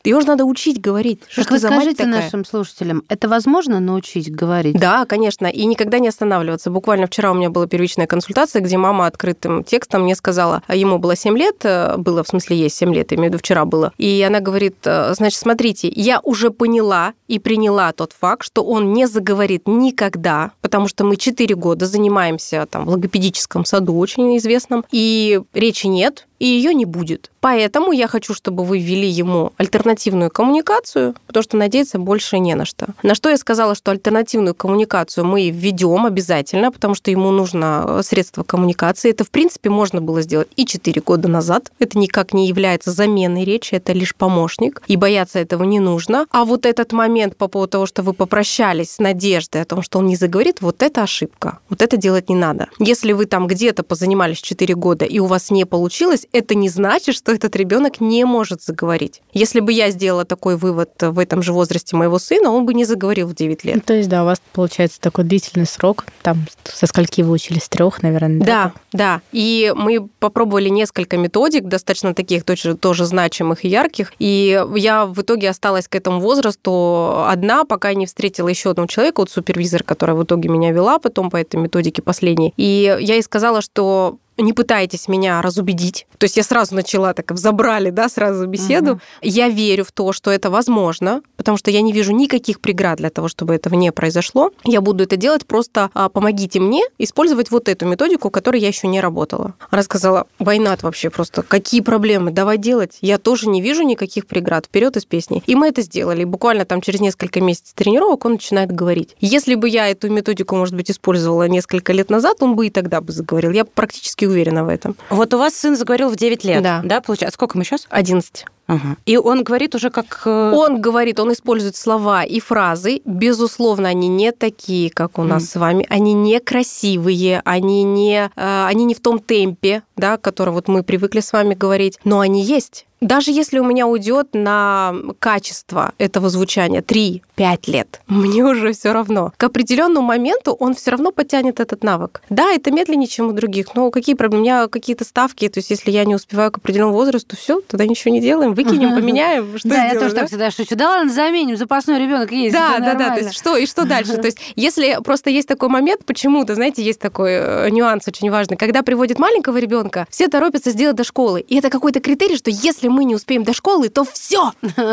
Ее же надо учить говорить. Так вы скажите нашим слушателям, это возможно научить говорить? Да, конечно, и никогда не останавливаться. Буквально вчера у меня была первичная консультация, где мама открытым текстом мне сказала, ему было 7 лет, было, в смысле, есть 7 лет, имею в виду, вчера было. И она говорит, значит, смотрите, я уже поняла и приняла тот факт, что он не заговорит никогда, потому что мы 4 года занимаемся там в логопедическом саду очень известном, и речи нет, и ее не будет. Поэтому я хочу, чтобы вы ввели ему альтернативную коммуникацию, потому что надеяться больше не на что. На что я сказала, что альтернативную коммуникацию мы введем обязательно, потому что ему нужно средство коммуникации. Это, в принципе, можно было сделать и 4 года назад. Это никак не является заменой речи, это лишь помощник, и бояться этого не нужно. А вот этот момент по поводу того, что вы попрощались с надеждой о том, что он не заговорит, вот это ошибка. Вот это делать не надо. Если вы там где-то позанимались 4 года, и у вас не получилось, это не значит, что этот ребенок не может заговорить. Если бы я сделала такой вывод в этом же возрасте моего сына, он бы не заговорил в 9 лет. То есть, да, у вас получается такой длительный срок, там со скольки вы учились, с 3, наверное? Да. И мы попробовали несколько методик, достаточно таких тоже значимых и ярких, и я в итоге осталась к этому возрасту одна, пока не встретила еще одного человека, вот супервизор, которая в итоге меня вела потом по этой методике последней. И я ей сказала, что не пытайтесь меня разубедить. То есть я сразу начала, так взобрали, да, сразу беседу. Я верю в то, что это возможно, потому что я не вижу никаких преград для того, чтобы этого не произошло. Я буду это делать, просто помогите мне использовать вот эту методику, которой я еще не работала. Она сказала, Байнат, вообще просто, какие проблемы, давай делать. Я тоже не вижу никаких преград, вперед из песни. И мы это сделали. И буквально там через несколько месяцев тренировок он начинает говорить. Если бы я эту методику, может быть, использовала несколько лет назад, он бы и тогда бы заговорил. Я практически уверена в этом. Вот у вас сын заговорил в 9 лет, да, получается? Сколько ему сейчас? 11. Ага. И он говорит уже как... Он говорит, он использует слова и фразы. Безусловно, они не такие, как у нас с вами. Они не красивые, они не в том темпе, да, который вот мы привыкли с вами говорить, но они есть. Даже если у меня уйдет на качество этого звучания 3-5 лет, мне уже все равно. К определенному моменту он все равно подтянет этот навык. Да, это медленнее, чем у других, но какие проблемы? У меня какие-то ставки, то есть если я не успеваю к определенному возрасту, все, тогда ничего не делаем, выкинем, поменяем, что да, сделаем, я тоже так всегда шучу. Да ладно, заменим, запасной ребенок есть. Да, то есть что дальше? То есть если просто есть такой момент, почему-то, знаете, есть такой нюанс очень важный, когда приводят маленького ребенка, все торопятся сделать до школы, и это какой-то критерий, что если мы не успеем до школы, то все,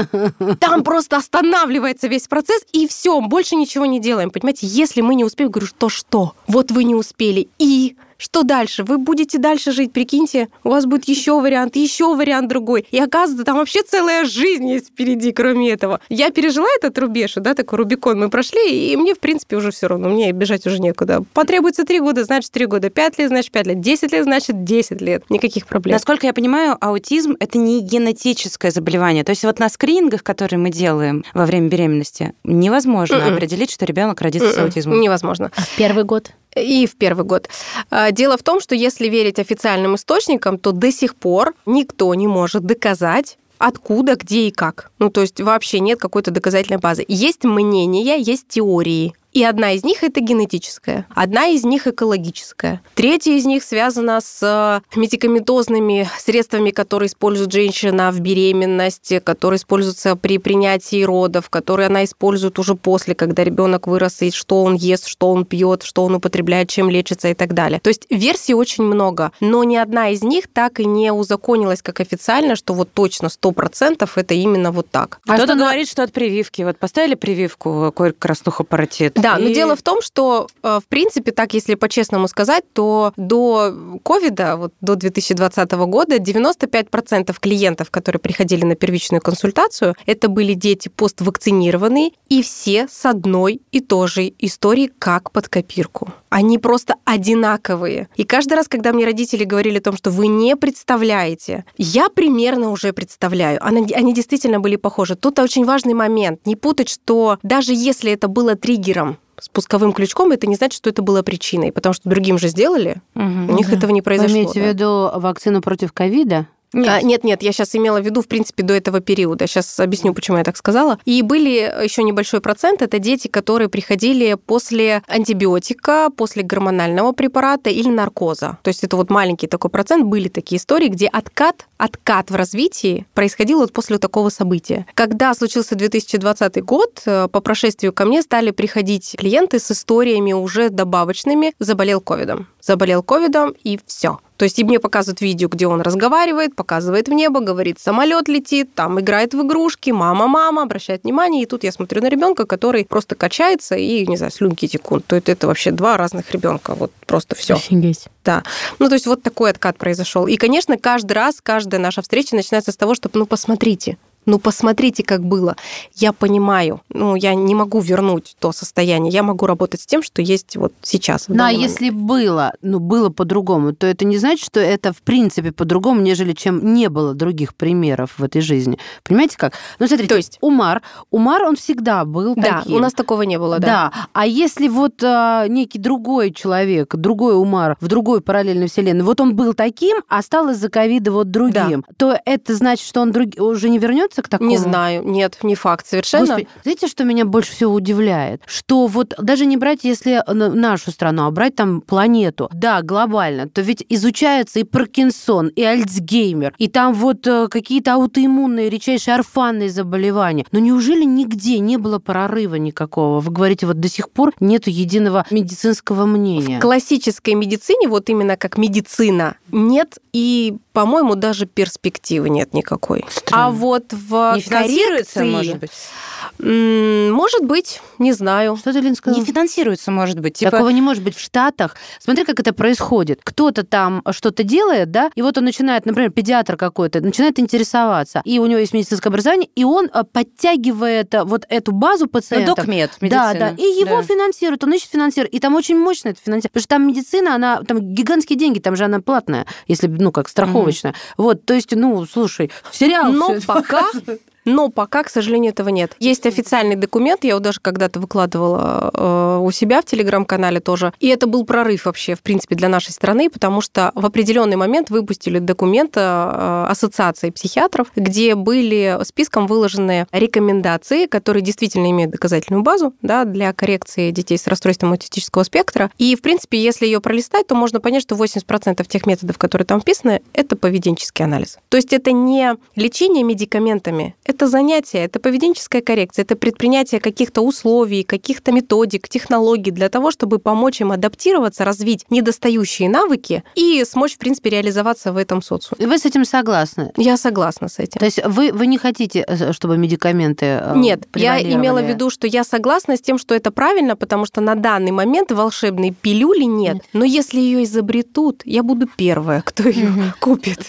там просто останавливается весь процесс, и все, больше ничего не делаем. Понимаете, если мы не успеем, говорю, что? Вот вы не успели, и что дальше? Вы будете дальше жить, прикиньте, у вас будет еще вариант другой. И оказывается, там вообще целая жизнь есть впереди, кроме этого. Я пережила этот рубеж, да, такой Рубикон мы прошли, и мне, в принципе, уже все равно, мне бежать уже некуда. Потребуется 3 года, значит 3 года, 5 лет, значит 5 лет, 10 лет, значит 10 лет. Никаких проблем. Насколько я понимаю, аутизм — это не генетическое заболевание. То есть вот на скринингах, которые мы делаем во время беременности, невозможно определить, что ребенок родится с аутизмом. Невозможно. А в первый год? И в первый год. Дело в том, что если верить официальным источникам, то до сих пор никто не может доказать, откуда, где и как. Ну, то есть вообще нет какой-то доказательной базы. Есть мнения, есть теории. И одна из них — это генетическая, одна из них — экологическая. Третья из них связана с медикаментозными средствами, которые использует женщина в беременности, которые используются при принятии родов, которые она использует уже после, когда ребенок вырос, и что он ест, что он пьет, что он употребляет, чем лечится и так далее. То есть версий очень много, но ни одна из них так и не узаконилась как официально, что вот точно 100% это именно вот так. А кто-то говорит, что от прививки. Вот поставили прививку краснухопаратит. Да, но дело в том, что, в принципе, так, если по-честному сказать, то до ковида, вот до 2020 года, 95% клиентов, которые приходили на первичную консультацию, это были дети поствакцинированные, и все с одной и той же историей, как под копирку. Они просто одинаковые. И каждый раз, когда мне родители говорили о том, что вы не представляете, я примерно уже представляю. Они действительно были похожи. Тут очень важный момент. Не путать, что даже если это было триггером, спусковым крючком, это не значит, что это было причиной, потому что другим же сделали, у них этого не произошло. Вы имеете в виду вакцину против ковида? Нет, я сейчас имела в виду, в принципе, до этого периода. Сейчас объясню, почему я так сказала. И были еще небольшой процент, это дети, которые приходили после антибиотика, после гормонального препарата или наркоза. То есть это вот маленький такой процент. Были такие истории, где откат в развитии происходил вот после такого события. Когда случился 2020 год, по прошествию ко мне стали приходить клиенты с историями уже добавочными. Заболел ковидом, и все. То есть и мне показывают видео, где он разговаривает, показывает в небо, говорит, самолет летит, там играет в игрушки, мама, обращает внимание. И тут я смотрю на ребенка, который просто качается и, не знаю, слюнки текут. То есть это вообще два разных ребенка, вот просто все. Офигеть. Да. Ну, то есть вот такой откат произошел. И, конечно, каждый раз, каждая наша встреча начинается с того, чтобы, посмотрите, как было. Я понимаю, я не могу вернуть то состояние, я могу работать с тем, что есть вот сейчас. Да, если было по-другому, то это не значит, что это в принципе по-другому, нежели чем не было других примеров в этой жизни. Понимаете как? Смотрите, то есть Умар, он всегда был таким. Да, у нас такого не было, да. Да, а если вот некий другой человек, другой Умар в другой параллельной вселенной, вот он был таким, а стал из-за ковида вот другим, то это значит, что он уже не вернется к такому? Не знаю, нет, не факт совершенно. Господи, знаете, что меня больше всего удивляет? Что вот даже не брать, если нашу страну, а брать там планету, да, глобально, то ведь изучается и Паркинсон, и Альцгеймер, и там вот какие-то аутоиммунные, редчайшие орфанные заболевания. Но неужели нигде не было прорыва никакого? Вы говорите, вот до сих пор нету единого медицинского мнения. В классической медицине, вот именно как медицина, нет, и, по-моему, даже перспективы нет никакой. Странно. А вот в не финансируется, коррекции... может быть? Может быть, не знаю. Что ты, Лин, сказала? Не финансируется, может быть. Такого не может быть в Штатах. Смотри, как это происходит. Кто-то там что-то делает, да, и вот он начинает, например, педиатр какой-то, начинает интересоваться, и у него есть медицинское образование, и он подтягивает вот эту базу пациентов. Докмед, медицина. Да, и его финансируют, он ищет финансировать. И там очень мощно это финансирует. Потому что там медицина, она, там гигантские деньги, там же она платная, если, как страховочная. Вот, то есть, слушай, в сериал... Но пока, к сожалению, этого нет. Есть официальный документ, я его даже когда-то выкладывала у себя в Телеграм-канале тоже. И это был прорыв вообще, в принципе, для нашей страны, потому что в определенный момент выпустили документ Ассоциации психиатров, где были списком выложены рекомендации, которые действительно имеют доказательную базу, да, для коррекции детей с расстройством аутистического спектра. И, в принципе, если ее пролистать, то можно понять, что 80% тех методов, которые там вписаны, это поведенческий анализ. То есть это не лечение медикаментами, это занятие, это поведенческая коррекция, это предпринятие каких-то условий, каких-то методик, технологий для того, чтобы помочь им адаптироваться, развить недостающие навыки и смочь, в принципе, реализоваться в этом социуме. Вы с этим согласны? Я согласна с этим. То есть вы не хотите, чтобы медикаменты Нет, я имела в виду, что я согласна с тем, что это правильно, потому что на данный момент волшебной пилюли нет. Но если ее изобретут, я буду первая, кто ее купит.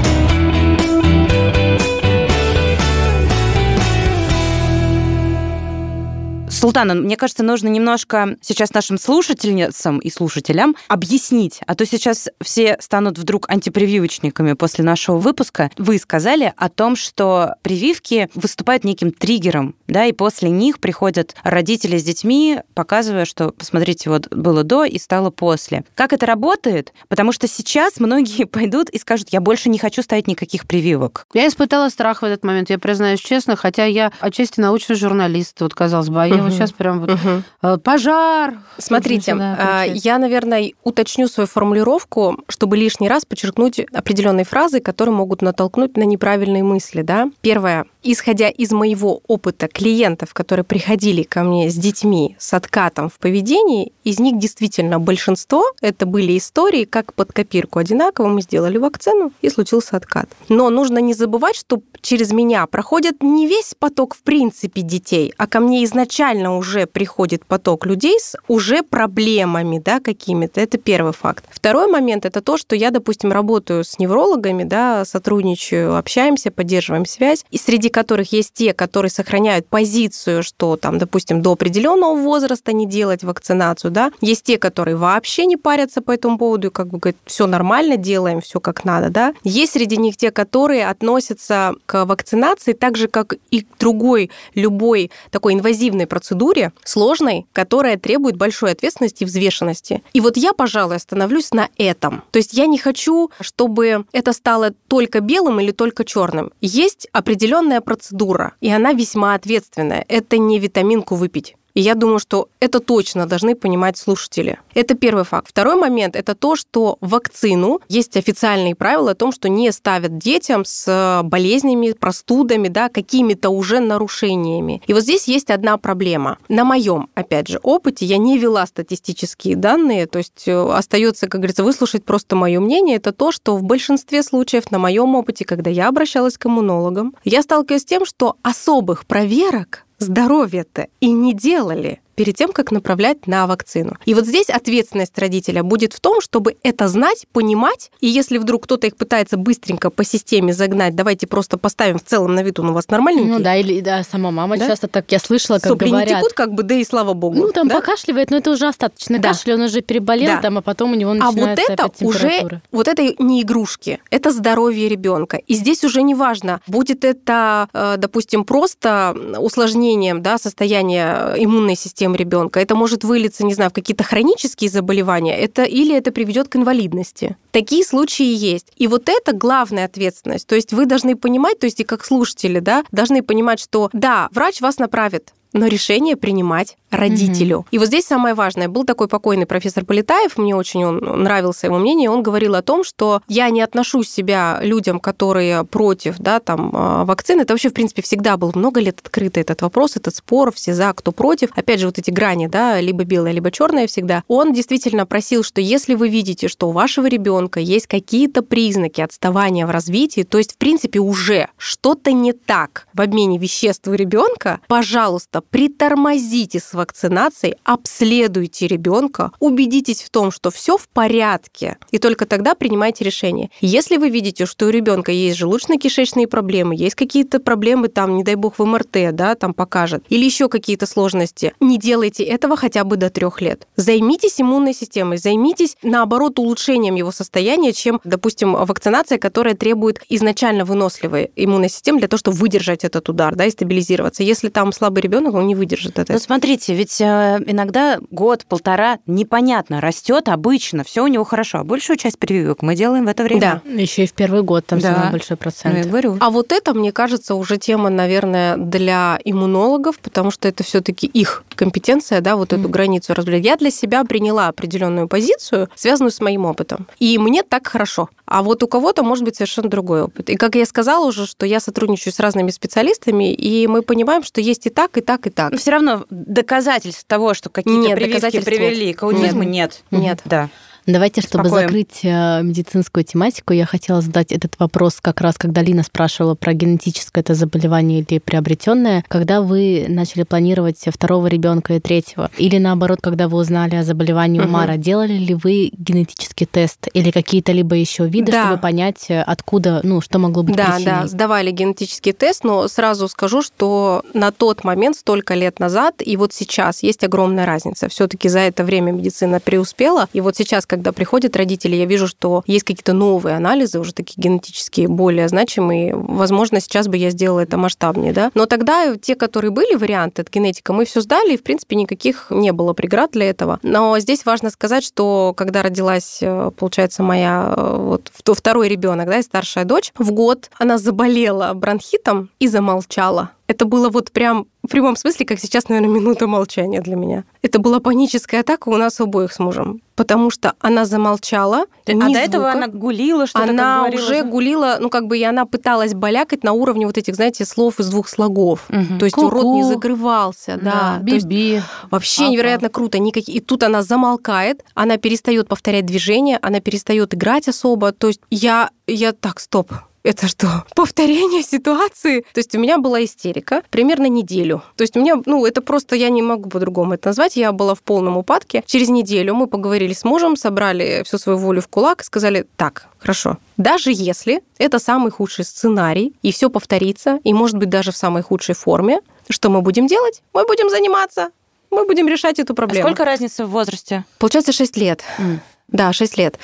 Султана, мне кажется, нужно немножко сейчас нашим слушательницам и слушателям объяснить, а то сейчас все станут вдруг антипрививочниками после нашего выпуска. Вы сказали о том, что прививки выступают неким триггером, да, и после них приходят родители с детьми, показывая, что, посмотрите, вот было до и стало после. Как это работает? Потому что сейчас многие пойдут и скажут, я больше не хочу ставить никаких прививок. Я испытала страх в этот момент, я признаюсь честно, хотя я отчасти научный журналист, вот, казалось бы, а я вот сейчас прям вот пожар. Смотрите, я, наверное, уточню свою формулировку, чтобы лишний раз подчеркнуть определенные фразы, которые могут натолкнуть на неправильные мысли, да. Первое. Исходя из моего опыта клиентов, которые приходили ко мне с детьми с откатом в поведении, из них действительно большинство это были истории, как под копирку одинаково мы сделали вакцину, и случился откат. Но нужно не забывать, что через меня проходит не весь поток в принципе детей, а ко мне изначально уже приходит поток людей с уже проблемами, да, какими-то. Это первый факт. Второй момент – это то, что я, допустим, работаю с неврологами, да, сотрудничаю, общаемся, поддерживаем связь, и среди которых есть те, которые сохраняют позицию, что там, допустим, до определенного возраста не делать вакцинацию, да, есть те, которые вообще не парятся по этому поводу, и как бы говорят, все нормально, делаем все как надо, да. Есть среди них те, которые относятся к вакцинации так же, как и к другой, любой такой инвазивной процедуре, сложной, которая требует большой ответственности и взвешенности. И вот я, пожалуй, остановлюсь на этом. То есть я не хочу, чтобы это стало только белым или только черным. Есть определенная процедура, и она весьма ответственная. Это не витаминку выпить. И я думаю, что это точно должны понимать слушатели. Это первый факт. Второй момент – это то, что вакцину есть официальные правила о том, что не ставят детям с болезнями, простудами, да, какими-то уже нарушениями. И вот здесь есть одна проблема. На моем, опять же, опыте я не вела статистические данные, то есть остается, как говорится, выслушать просто мое мнение. Это то, что в большинстве случаев на моем опыте, когда я обращалась к иммунологам, я сталкиваюсь с тем, что особых проверок здоровья-то и не делали перед тем, как направлять на вакцину. И вот здесь ответственность родителя будет в том, чтобы это знать, понимать, и если вдруг кто-то их пытается быстренько по системе загнать, давайте просто поставим в целом на вид, он у вас нормальненький. Ну да, или да, сама мама часто так, я слышала, как сопли говорят. не текут, как бы, да и слава богу. Ну, там да? покашливает, но это уже остаточный кашель, он уже переболел, там, а потом у него начинается опять температура. Вот это не игрушки, это здоровье ребенка. И здесь уже не важно, будет это, допустим, просто усложнением, да, состояния иммунной системы ребенка. Это может вылиться, не знаю, в какие-то хронические заболевания, или это приведет к инвалидности. Такие случаи есть. И вот это главная ответственность. То есть вы должны понимать, то есть и как слушатели, да, должны понимать, что да, врач вас направит, но решение принимать родителю. И вот здесь самое важное. Был такой покойный профессор Полетаев, мне очень нравился его мнение, он говорил о том, что я не отношу себя людям, которые против, да, там, вакцины. Это вообще, в принципе, всегда был много лет открытый этот вопрос, этот спор, все за, кто против. Опять же, вот эти грани, да, либо белое, либо черное всегда. Он действительно просил, что если вы видите, что у вашего ребенка есть какие-то признаки отставания в развитии, то есть, в принципе, уже что-то не так в обмене веществ у ребенка, пожалуйста, притормозите с вакцинацией, обследуйте ребенка, убедитесь в том, что все в порядке, и только тогда принимайте решение. Если вы видите, что у ребенка есть желудочно-кишечные проблемы, есть какие-то проблемы, там, не дай бог, в МРТ, да, там покажет, или еще какие-то сложности, не делайте этого хотя бы до 3 лет. Займитесь иммунной системой, займитесь, наоборот, улучшением его состояния, чем, допустим, вакцинация, которая требует изначально выносливой иммунной системы для того, чтобы выдержать этот удар, да, и стабилизироваться. Если там слабый ребенок, он не выдержит это. Ну, смотрите, ведь иногда год-полтора непонятно, растет обычно, все у него хорошо, а большую часть прививок мы делаем в это время. Да, еще и в первый год там самый большой процент. Я говорю. А вот это, мне кажется, уже тема, наверное, для иммунологов, потому что это все-таки их компетенция, да, вот эту границу разблюдать. Я для себя приняла определенную позицию, связанную с моим опытом. И мне так хорошо. А вот у кого-то может быть совершенно другой опыт. И как я сказала уже, что я сотрудничаю с разными специалистами, и мы понимаем, что есть и так, и так, и так. Но все равно доказательств того, что какие-то прививки привели к аутизму, нет. Нет. Да. Давайте, чтобы закрыть медицинскую тематику, я хотела задать этот вопрос как раз, когда Лина спрашивала про генетическое это заболевание или приобретенное, когда вы начали планировать 2-го ребенка и 3-го, или наоборот, когда вы узнали о заболевании у Мара, делали ли вы генетический тест или какие-то либо еще виды, чтобы понять, откуда, ну, что могло быть причиной? Да, сдавали генетический тест, но сразу скажу, что на тот момент, столько лет назад, и вот сейчас есть огромная разница. Все-таки за это время медицина преуспела, и вот сейчас, когда приходят родители, я вижу, что есть какие-то новые анализы, уже такие генетические, более значимые. Возможно, сейчас бы я сделала это масштабнее, да. Но тогда те, которые были варианты от генетика, мы все сдали, и, в принципе, никаких не было преград для этого. Но здесь важно сказать, что когда родилась, получается, моя вот 2-й ребенок, да, и старшая дочь, в год она заболела бронхитом и замолчала. Это было вот прям в прямом смысле, как сейчас, наверное, минута молчания для меня. Это была паническая атака у нас обоих с мужем, потому что она замолчала. А до этого она гулила, что-то она говорила? Уже гулила, ну как бы, и она пыталась балякать на уровне вот этих, знаете, слов из 2 слогов. То есть рот не закрывался, да. Биби. Вообще невероятно круто. И тут она замолкает, она перестает повторять движения, она перестает играть особо. То есть я так, стоп. это что, повторение ситуации? То есть у меня была истерика примерно неделю. То есть у меня, это просто, я не могу по-другому это назвать, я была в полном упадке. Через неделю мы поговорили с мужем, собрали всю свою волю в кулак и сказали, так, хорошо, даже если это самый худший сценарий, и все повторится, и, может быть, даже в самой худшей форме, что мы будем делать? Мы будем заниматься, мы будем решать эту проблему. А сколько разница в возрасте? Получается 6 лет. Да, 6 лет.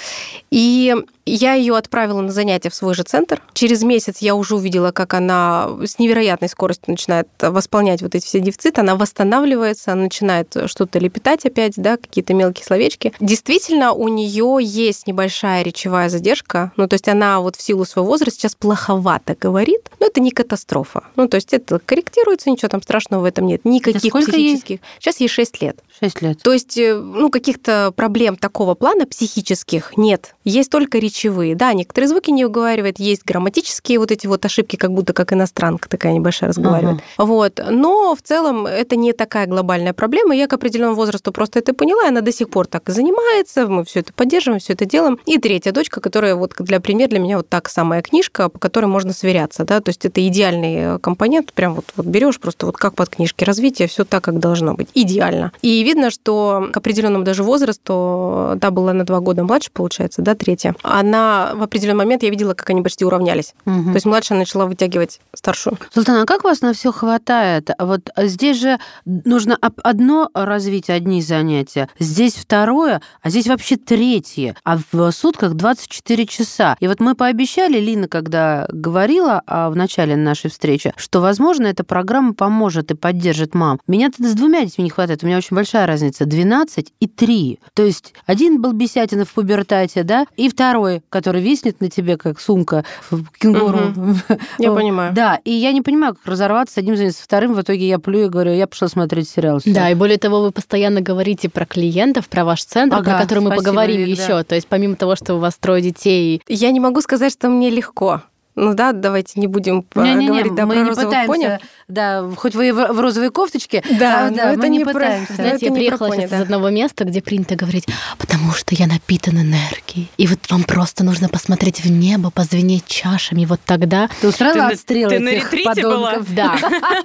И я ее отправила на занятия в свой же центр. Через месяц я уже увидела, как она с невероятной скоростью начинает восполнять вот эти все дефициты. Она восстанавливается, она начинает что-то лепетать опять, да, какие-то мелкие словечки. Действительно, у нее есть небольшая речевая задержка. То есть она вот в силу своего возраста сейчас плоховато говорит, но это не катастрофа. То есть это корректируется, ничего там страшного в этом нет. Никаких психических. Ей? Сейчас ей 6 лет. 6 лет. То есть, каких-то проблем такого плана психических нет. Есть только речевые. Да, некоторые звуки не уговаривает, есть грамматические вот эти вот ошибки, как будто как иностранка такая небольшая разговаривает. Вот. Но в целом это не такая глобальная проблема. Я к определенному возрасту просто это поняла, и она до сих пор так и занимается, мы все это поддерживаем, все это делаем. И третья дочка, которая вот для меня вот так самая книжка, по которой можно сверяться, да, то есть это идеальный компонент, прям вот берешь просто вот как под книжки развития, все так, как должно быть. Идеально. И видно, что к определенному даже возрасту, та была на 2 года младше, получается, да, третья, она в определенный момент, я видела, как они почти уравнялись. То есть младшая начала вытягивать старшую. Султана, а как вас на все хватает? Вот здесь же нужно одно развить, одни занятия, здесь второе, а здесь вообще третье, а в сутках 24 часа. И вот мы пообещали, Лина, когда говорила в начале нашей встречи, что, возможно, эта программа поможет и поддержит мам. Меня тогда с 2 детьми не хватает, у меня очень большая разница, 12 и 3. То есть один был бесятина в пубертате, да, и второй, который виснет на тебе, как сумка в кенгуру. Я понимаю. Да, и я не понимаю, как разорваться с одним занятием, с вторым. В итоге я плюю и говорю, я пошла смотреть сериал. Да, и более того, вы постоянно говорите про клиентов, про ваш центр, про который мы поговорим еще. То есть помимо того, что у вас 3 детей... Я не могу сказать, что мне легко. Давайте не будем говорить мы про не розовых пытаемся, пони. Да, хоть вы в розовой кофточке, да, мы это не про... пытаемся. Знаете, я приехала сейчас из одного места, где принято говорить, потому что я напитан энергией. И вот вам просто нужно посмотреть в небо, позвенеть чашами. Вот тогда... Ты устроила отстрел ты на этих ретрите подонков? Да.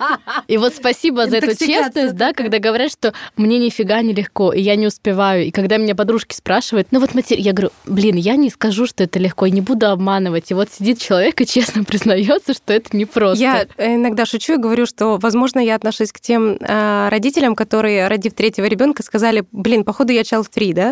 И вот спасибо за эту честность, да, когда говорят, что мне нифига не легко, и я не успеваю. И когда меня подружки спрашивают, я говорю, я не скажу, что это легко, и не буду обманывать. И вот сидит человек и честно признается, что это непросто. Я иногда шучу и говорю, что, возможно, я отношусь к тем родителям, которые, родив 3-го ребенка, сказали, походу, я child free, да?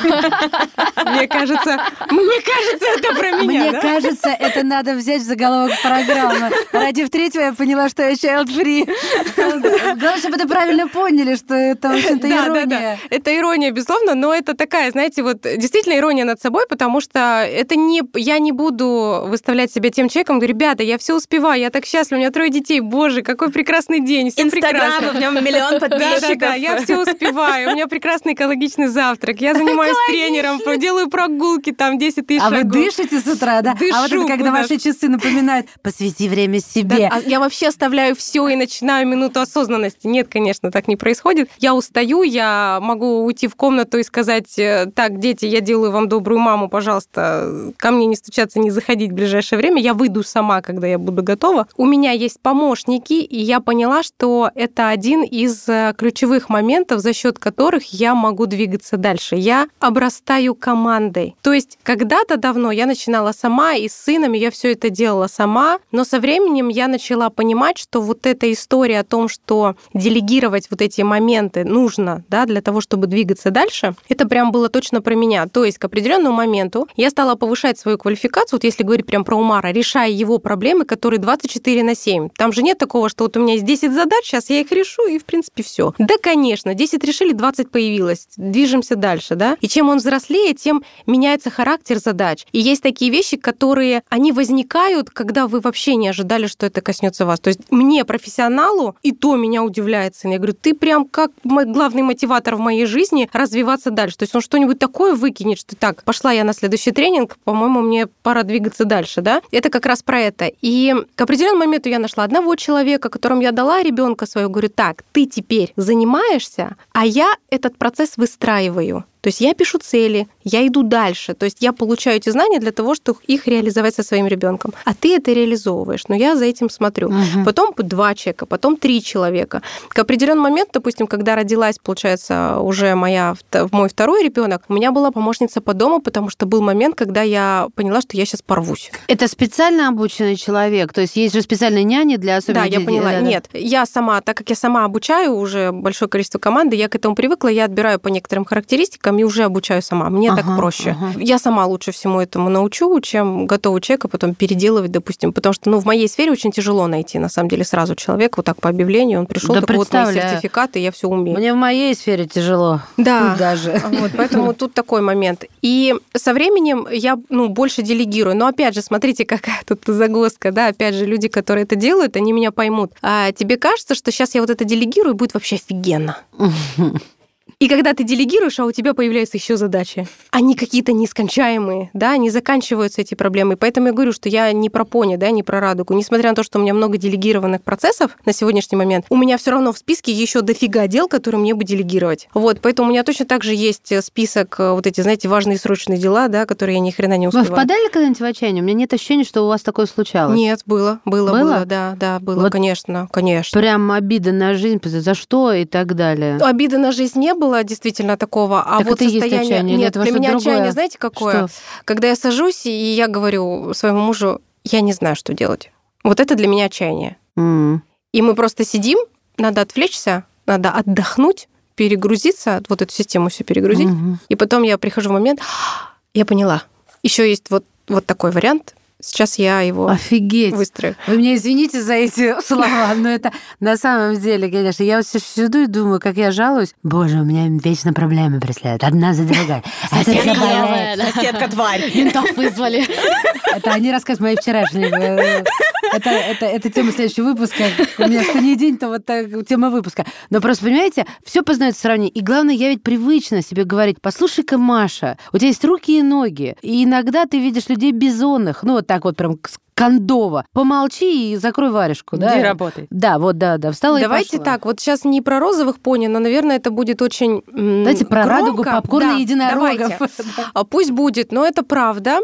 Мне кажется, это про меня. Мне кажется, это надо взять в заголовок программы. Родив 3-го, я поняла, что я child free. Главное, чтобы это правильно поняли, что это, в общем-то, ирония. Да. Это ирония, безусловно, но это такая, знаете, вот действительно ирония над собой, потому что это я не буду выставлять себя тем человеком, говорю, ребята, я все успеваю, я так счастлива, у меня 3 детей, боже, какой прекрасный день, все прекрасно. Инстаграм, в нем 1 миллион подписчиков. Да, я все успеваю, у меня прекрасный экологичный завтрак, я занимаюсь тренером, делаю прогулки, там 10 тысяч шагов. А вы дышите с утра, да? Дышу, а вот это когда ваши часы напоминают, посвяти время себе. Да, я вообще оставляю все и начинаю минуту осознанности. Нет, конечно, так не происходит. Я устаю, я могу уйти в комнату и сказать, так, дети, я делаю вам добрую маму, пожалуйста, ко мне не стучаться, не заходить в ближайшее время, я выйду сама, когда я буду готова. У меня есть помощники, и я поняла, что это один из ключевых моментов, за счет которых я могу двигаться дальше. Я обрастаю командой. То есть когда-то давно я начинала сама, и с сыном я все это делала сама, но со временем я начала понимать, что вот эта история о том, что делегировать вот эти моменты нужно, да, для того, чтобы двигаться дальше, это прям было точно про меня. То есть к определенному моменту я стала повышать свою квалификацию, вот если говорить прям про Умара, решая его проблемы, которые 24/7. Там же нет такого, что вот у меня есть 10 задач, сейчас я их решу, и в принципе все. Да, конечно, 10 решили, 20 появилось. Движемся дальше, да? И чем он взрослее, тем меняется характер задач. И есть такие вещи, которые, они возникают, когда вы вообще не ожидали, что это коснется вас. То есть мне, профессионалу, и то меня удивляет сын. Я говорю, ты прям как главный мотиватор в моей жизни развиваться дальше. То есть он что-нибудь такое выкинет, что так, пошла я на следующий тренинг, по-моему, мне пора двигаться дальше, да? Это как раз про это. И к определенному моменту я нашла одного человека, которому я дала ребенка своего, говорю, так, ты теперь занимаешься, а я этот процесс выстраиваю. То есть я пишу цели, я иду дальше. То есть я получаю эти знания для того, чтобы их реализовать со своим ребенком. А ты это реализовываешь. Но я за этим смотрю. Потом 2 человека, потом 3 человека. К определенному моменту, допустим, когда родилась, получается, уже мой 2-й ребенок, у меня была помощница по дому, потому что был момент, когда я поняла, что я сейчас порвусь. Это специально обученный человек? То есть есть же специальные няни для особенных детей? Да, я поняла. Нет, я сама, так как я сама обучаю уже большое количество команды, я к этому привыкла, я отбираю по некоторым характеристикам и уже обучаю сама. Мне так проще. Я сама лучше всему этому научу, чем готового человека потом переделывать, допустим. Потому что в моей сфере очень тяжело найти, на самом деле, сразу человека вот так по объявлению, он пришел, такой вот мои сертификаты, я все умею. Мне в моей сфере тяжело. Да. Даже. Вот, поэтому тут такой момент. И со временем я больше делегирую. Но опять же, смотрите, какая тут загвоздка, да, опять же, люди, которые это делают, они меня поймут. А тебе кажется, что сейчас я вот это делегирую, и будет вообще офигенно. И когда ты делегируешь, а у тебя появляются еще задачи. Они какие-то нескончаемые, да, не заканчиваются эти проблемы. И поэтому я говорю, что я не про пони, да, не про радугу. Несмотря на то, что у меня много делегированных процессов на сегодняшний момент, у меня все равно в списке еще дофига дел, которые мне бы делегировать. Вот, поэтому у меня точно так же есть список вот эти, знаете, важные срочные дела, да, которые я ни хрена не успеваю. Вы впадали когда-нибудь в отчаяние? У меня нет ощущения, что у вас такое случалось. Нет, было, да, было, вот конечно. Прям обида на жизнь, за что и так далее. Обиды на жизнь не было, действительно такого, а так вот состояние... Нет, для меня отчаяние, знаете, какое? Что? Когда я сажусь, и я говорю своему мужу, я не знаю, что делать. Вот это для меня отчаяние. И мы просто сидим, надо отвлечься, надо отдохнуть, перегрузиться, вот эту систему всю перегрузить, и потом я прихожу в момент, я поняла. Еще есть вот такой вариант. Сейчас я его выстрою. Вы меня извините за эти слова, но это на самом деле, конечно, я вот сижу и думаю, как я жалуюсь. Боже, у меня вечно проблемы преследуют, одна за другой. Соседка тварь. Ментов вызвали. Это они рассказывают мои вчерашние. Это тема следующего выпуска. У меня что ни день, то вот так тема выпуска. Но просто, понимаете, все познается в сравнении. И главное, я ведь привычна себе говорить, послушай-ка, Маша, у тебя есть руки и ноги. И иногда ты видишь людей бизонных, вот так вот прям кондово. Помолчи и закрой варежку, да? Иди работай. Да, встала и пошла. Давайте так, вот сейчас не про розовых пони, но, наверное, это будет очень Давайте про громко. радугу, попкорн и единорогов. Пусть будет, но это правда.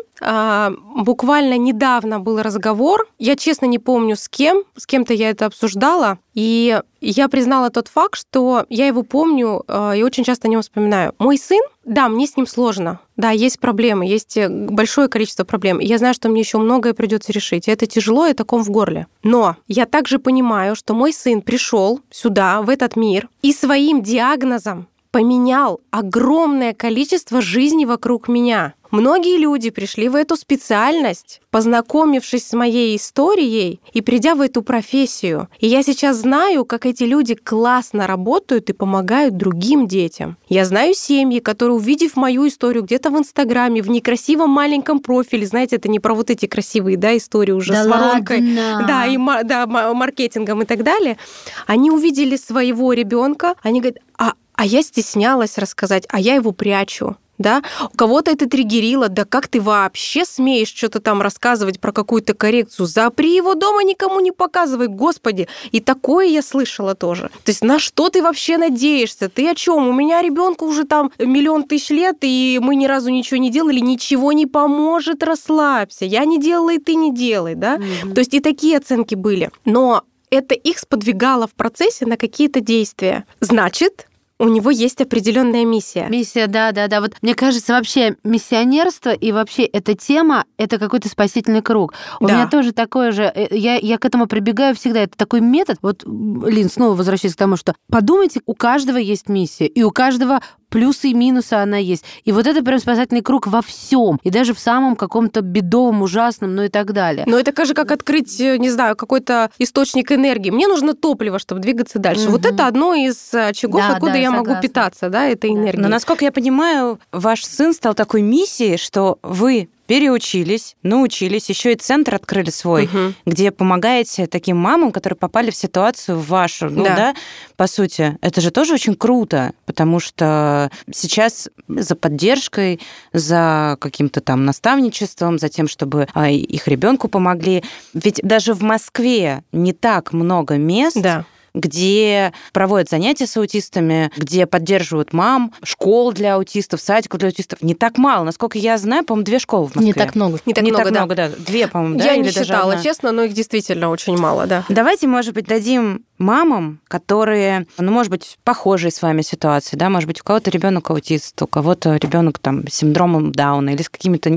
Буквально недавно был разговор, я честно не помню с кем-то я это обсуждала, и я признала тот факт, что я его помню и очень часто о нем вспоминаю. Мой сын, да, мне с ним сложно, да, есть проблемы, есть большое количество проблем, и я знаю, что мне еще многое придется решить, и это тяжело, и ком в горле. Но я также понимаю, что мой сын пришел сюда, в этот мир, и своим диагнозом поменял огромное количество жизни вокруг меня. Многие люди пришли в эту специальность, познакомившись с моей историей и придя в эту профессию. И я сейчас знаю, как эти люди классно работают и помогают другим детям. Я знаю семьи, которые, увидев мою историю где-то в Инстаграме, в некрасивом маленьком профиле, знаете, это не про вот эти красивые, да, истории уже да с воронкой, ладно. да, маркетингом и так далее, они увидели своего ребенка, они говорят, а я стеснялась рассказать, а я его прячу. Да? У кого-то это триггерило, да как ты вообще смеешь что-то там рассказывать про какую-то коррекцию? Запри его дома, никому не показывай, господи. И такое я слышала тоже. То есть на что ты вообще надеешься? Ты о чем? У меня ребенку уже там 1 000 000 лет, и мы ни разу ничего не делали, ничего не поможет, расслабься. Я не делала, и ты не делай, да? То есть и такие оценки были. Но это их сподвигало в процессе на какие-то действия. Значит, у него есть определенная миссия. Миссия, да. Вот мне кажется, вообще миссионерство и вообще эта тема — это какой-то спасительный круг. У меня тоже такое же. Я к этому прибегаю всегда. Это такой метод. Вот, Лин, снова возвращаясь к тому, что подумайте, у каждого есть миссия, и у каждого плюсы и минусы она есть. И вот это прям спасательный круг во всем, и даже в самом каком-то бедовом, ужасном, ну и так далее. Но это же как открыть, не знаю, какой-то источник энергии. Мне нужно топливо, чтобы двигаться дальше. Вот это одно из очагов, откуда я могу питаться, да, этой энергией. Но, насколько я понимаю, ваш сын стал такой миссией, что вы переучились, научились, еще и центр открыли свой, где помогаете таким мамам, которые попали в ситуацию вашу. По сути, это же тоже очень круто, потому что сейчас за поддержкой, за каким-то там наставничеством, за тем, чтобы их ребенку помогли. Ведь даже в Москве не так много мест, где проводят занятия с аутистами, где поддерживают мам, школ для аутистов, садиков для аутистов. Не так мало. Насколько я знаю, по-моему, 2 школы в Москве. Не так много. Не так много, да. 2, по-моему, да? Я Или не даже считала, 1? честно, но их действительно очень мало, да. Давайте, может быть, дадим мамам, которые, может быть, похожие с вами ситуации, да, может быть, у кого-то ребенок аутист, у кого-то ребенок там с синдромом Дауна или с какими-то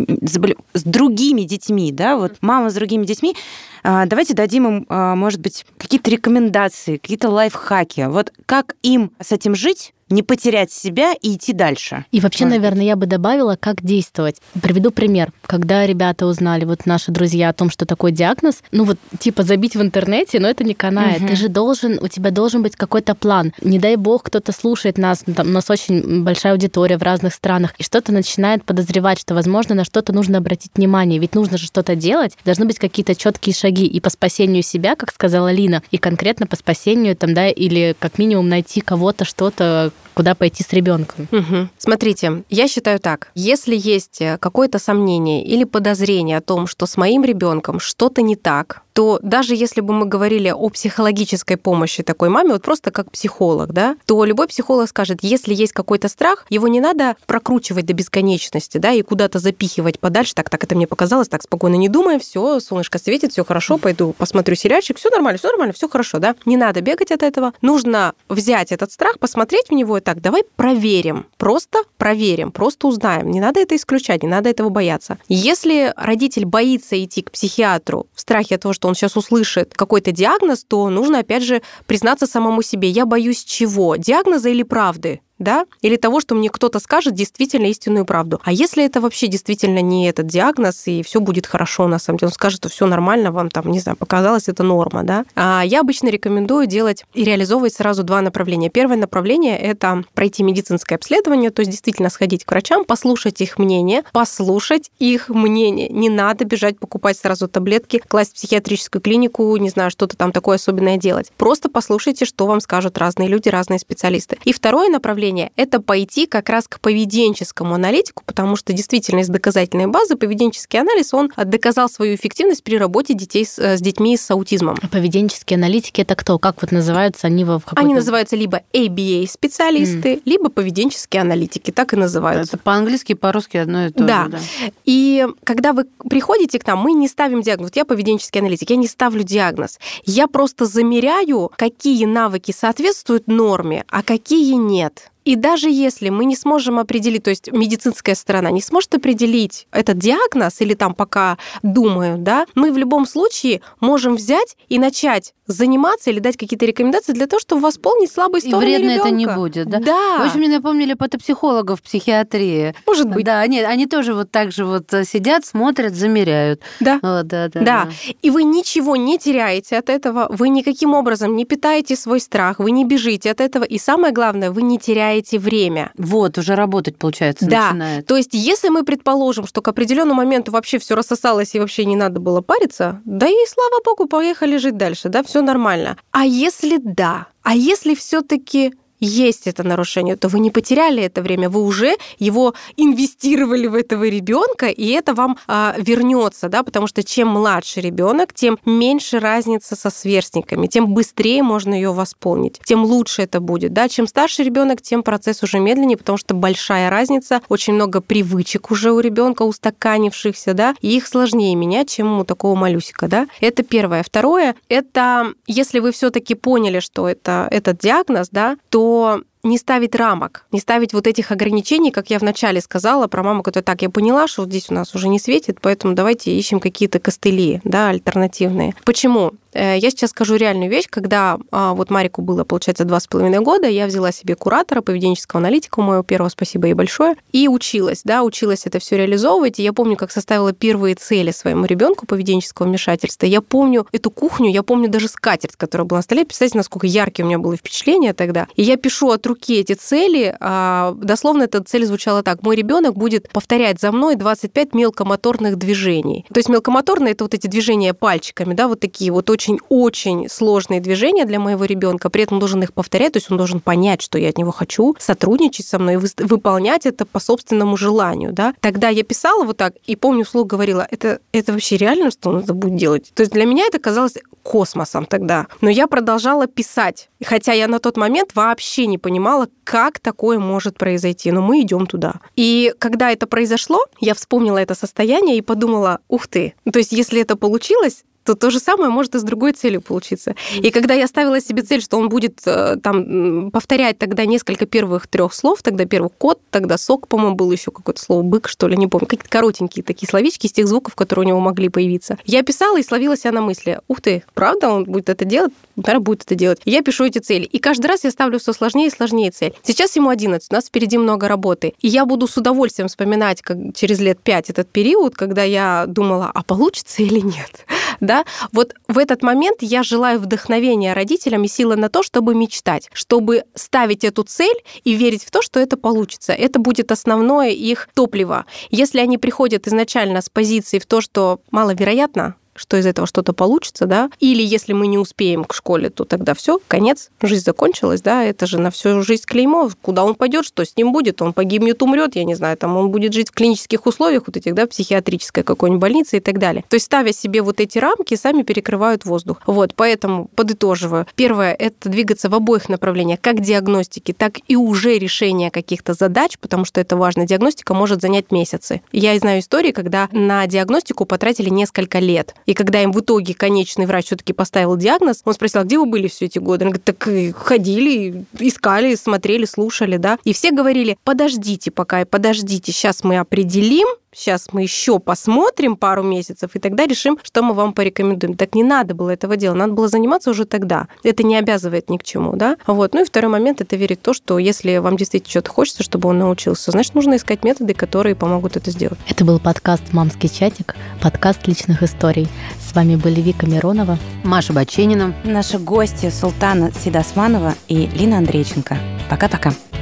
с другими детьми, да, вот мама с другими детьми. Давайте дадим им, может быть, какие-то рекомендации, какие-то лайфхаки. Вот как им с этим жить, не потерять себя и идти дальше. И вообще, наверное, я бы добавила, как действовать. Приведу пример. Когда ребята узнали, вот наши друзья, о том, что такой диагноз, забить в интернете, но это не канает. Ты же у тебя должен быть какой-то план. Не дай бог, кто-то слушает нас, у нас очень большая аудитория в разных странах, и что-то начинает подозревать, что, возможно, на что-то нужно обратить внимание. Ведь нужно же что-то делать, должны быть какие-то четкие шаги и по спасению себя, как сказала Лина, и конкретно по спасению или как минимум найти кого-то, что-то, куда пойти с ребенком. Смотрите, я считаю так. Если есть какое-то сомнение или подозрение о том, что с моим ребенком что-то не так, то даже если бы мы говорили о психологической помощи такой маме, вот просто как психолог, да, то любой психолог скажет, если есть какой-то страх, его не надо прокручивать до бесконечности, да, и куда-то запихивать подальше. Так, это мне показалось, так спокойно не думай, все, солнышко светит, все хорошо, пойду посмотрю сериальчик, все нормально, все хорошо, да. Не надо бегать от этого. Нужно взять этот страх, посмотреть в него и так, давай проверим, просто узнаем. Не надо это исключать, не надо этого бояться. Если родитель боится идти к психиатру в страхе от того, что он сейчас услышит какой-то диагноз, то нужно, опять же, признаться самому себе. Я боюсь чего? Диагноза или правды? Да? Или того, что мне кто-то скажет действительно истинную правду. А если это вообще действительно не этот диагноз, и все будет хорошо, на самом деле, он скажет, что все нормально, вам там, не знаю, показалось, это норма, да? А я обычно рекомендую делать и реализовывать сразу 2 направления. Первое направление — это пройти медицинское обследование, то есть действительно сходить к врачам, послушать их мнение. Не надо бежать покупать сразу таблетки, класть в психиатрическую клинику, не знаю, что-то там такое особенное делать. Просто послушайте, что вам скажут разные люди, разные специалисты. И второе направление — это пойти как раз к поведенческому аналитику, потому что действительно из доказательной базы поведенческий анализ, он доказал свою эффективность при работе с детьми с аутизмом. А поведенческие аналитики — это кто? Как вот называются они в какой-то... Они называются либо ABA-специалисты, либо поведенческие аналитики, так и называются. Это по-английски и по-русски одно и то же. Да. И когда вы приходите к нам, мы не ставим диагноз. Вот я поведенческий аналитик, я не ставлю диагноз. Я просто замеряю, какие навыки соответствуют норме, а какие нет. И даже если мы не сможем определить, то есть медицинская сторона не сможет определить этот диагноз или там пока думают, да, мы в любом случае можем взять и начать заниматься или дать какие-то рекомендации для того, чтобы восполнить слабые стороны ребенка. И вредно это не будет, да? Да. В общем, мне напомнили патопсихологов в психиатрии. Может быть. Да, они тоже вот так же вот сидят, смотрят, замеряют. Да. Да. И вы ничего не теряете от этого, вы никаким образом не питаете свой страх, вы не бежите от этого, и самое главное, вы не теряете время. Вот, уже работать, получается, начинает. То есть, если мы предположим, что к определенному моменту вообще все рассосалось и вообще не надо было париться, да и слава богу, поехали жить дальше, да, все нормально. А если все-таки есть это нарушение, то вы не потеряли это время, вы уже его инвестировали в этого ребенка, и это вам вернется, да, потому что чем младше ребенок, тем меньше разница со сверстниками, тем быстрее можно ее восполнить, тем лучше это будет, да. Чем старше ребенок, тем процесс уже медленнее, потому что большая разница, очень много привычек уже у ребенка устаканившихся, да, и их сложнее менять, чем у такого малюсика, да. Это первое. Второе, это если вы все-таки поняли, что это этот диагноз, да, то не ставить рамок, не ставить вот этих ограничений, как я вначале сказала про маму, которая так, я поняла, что вот здесь у нас уже не светит, поэтому давайте ищем какие-то костыли, да, альтернативные. Почему? Я сейчас скажу реальную вещь. Когда вот Марику было, получается, 2,5 года, я взяла себе куратора, поведенческого аналитика, моего первого, спасибо ей большое, и училась это все реализовывать. И я помню, как составила первые цели своему ребенку поведенческого вмешательства. Я помню эту кухню, я помню даже скатерть, которая была на столе. Представьте, насколько яркие у меня были впечатления тогда. И я пишу от руки эти цели. Дословно эта цель звучала так. Мой ребенок будет повторять за мной 25 мелкомоторных движений. То есть мелкомоторные — это вот эти движения пальчиками, да, вот такие вот очень-очень сложные движения для моего ребенка. При этом он должен их повторять, то есть он должен понять, что я от него хочу, сотрудничать со мной, выполнять это по собственному желанию, да. Тогда я писала вот так, и помню, вслух говорила, это вообще реально, что он это будет делать? То есть для меня это казалось космосом тогда. Но я продолжала писать, хотя я на тот момент вообще не понимала, как такое может произойти. Но мы идем туда. И когда это произошло, я вспомнила это состояние и подумала, ух ты, то есть если это получилось, то же самое может и с другой целью получиться. И когда я ставила себе цель, что он будет там повторять тогда несколько первых 3 слов, тогда первый кот, тогда сок, по-моему, был еще какое-то слово, бык, что ли, не помню, какие-то коротенькие такие словечки из тех звуков, которые у него могли появиться. Я писала и словила себя на мысли, ух ты, правда, он будет это делать? Наверное, будет это делать. И я пишу эти цели. И каждый раз я ставлю все сложнее и сложнее цель. Сейчас ему 11, у нас впереди много работы. И я буду с удовольствием вспоминать через лет 5 этот период, когда я думала, а получится или нет. Да? Вот в этот момент я желаю вдохновения родителям и силы на то, чтобы мечтать, чтобы ставить эту цель и верить в то, что это получится. Это будет основное их топливо. Если они приходят изначально с позиции в то, что маловероятно, что из этого что-то получится, да, или если мы не успеем к школе, то тогда все, конец, жизнь закончилась, да, это же на всю жизнь клеймо, куда он пойдет, что с ним будет, он погибнет, умрет, я не знаю, там он будет жить в клинических условиях, вот этих, да, психиатрической какой-нибудь больнице и так далее. То есть, ставя себе вот эти рамки, сами перекрывают воздух. Вот, поэтому, подытоживаю, первое — это двигаться в обоих направлениях, как диагностики, так и уже решения каких-то задач, потому что это важно. Диагностика может занять месяцы. Я знаю истории, когда на диагностику потратили несколько лет. И когда им в итоге конечный врач все-таки поставил диагноз, он спросил, а где вы были все эти годы? Он говорит, так ходили, искали, смотрели, слушали, да. И все говорили, подождите пока, подождите, сейчас мы определим, сейчас мы еще посмотрим пару месяцев, и тогда решим, что мы вам порекомендуем. Так не надо было этого делать, надо было заниматься уже тогда. Это не обязывает ни к чему, да. Вот. Ну и второй момент — это верить в то, что если вам действительно что-то хочется, чтобы он научился, значит, нужно искать методы, которые помогут это сделать. Это был подкаст «Мамский чатик», подкаст личных историй. С вами были Вика Миронова, Маша Баченина, наши гости Султана Сидосманова и Лина Андрейченко. Пока-пока.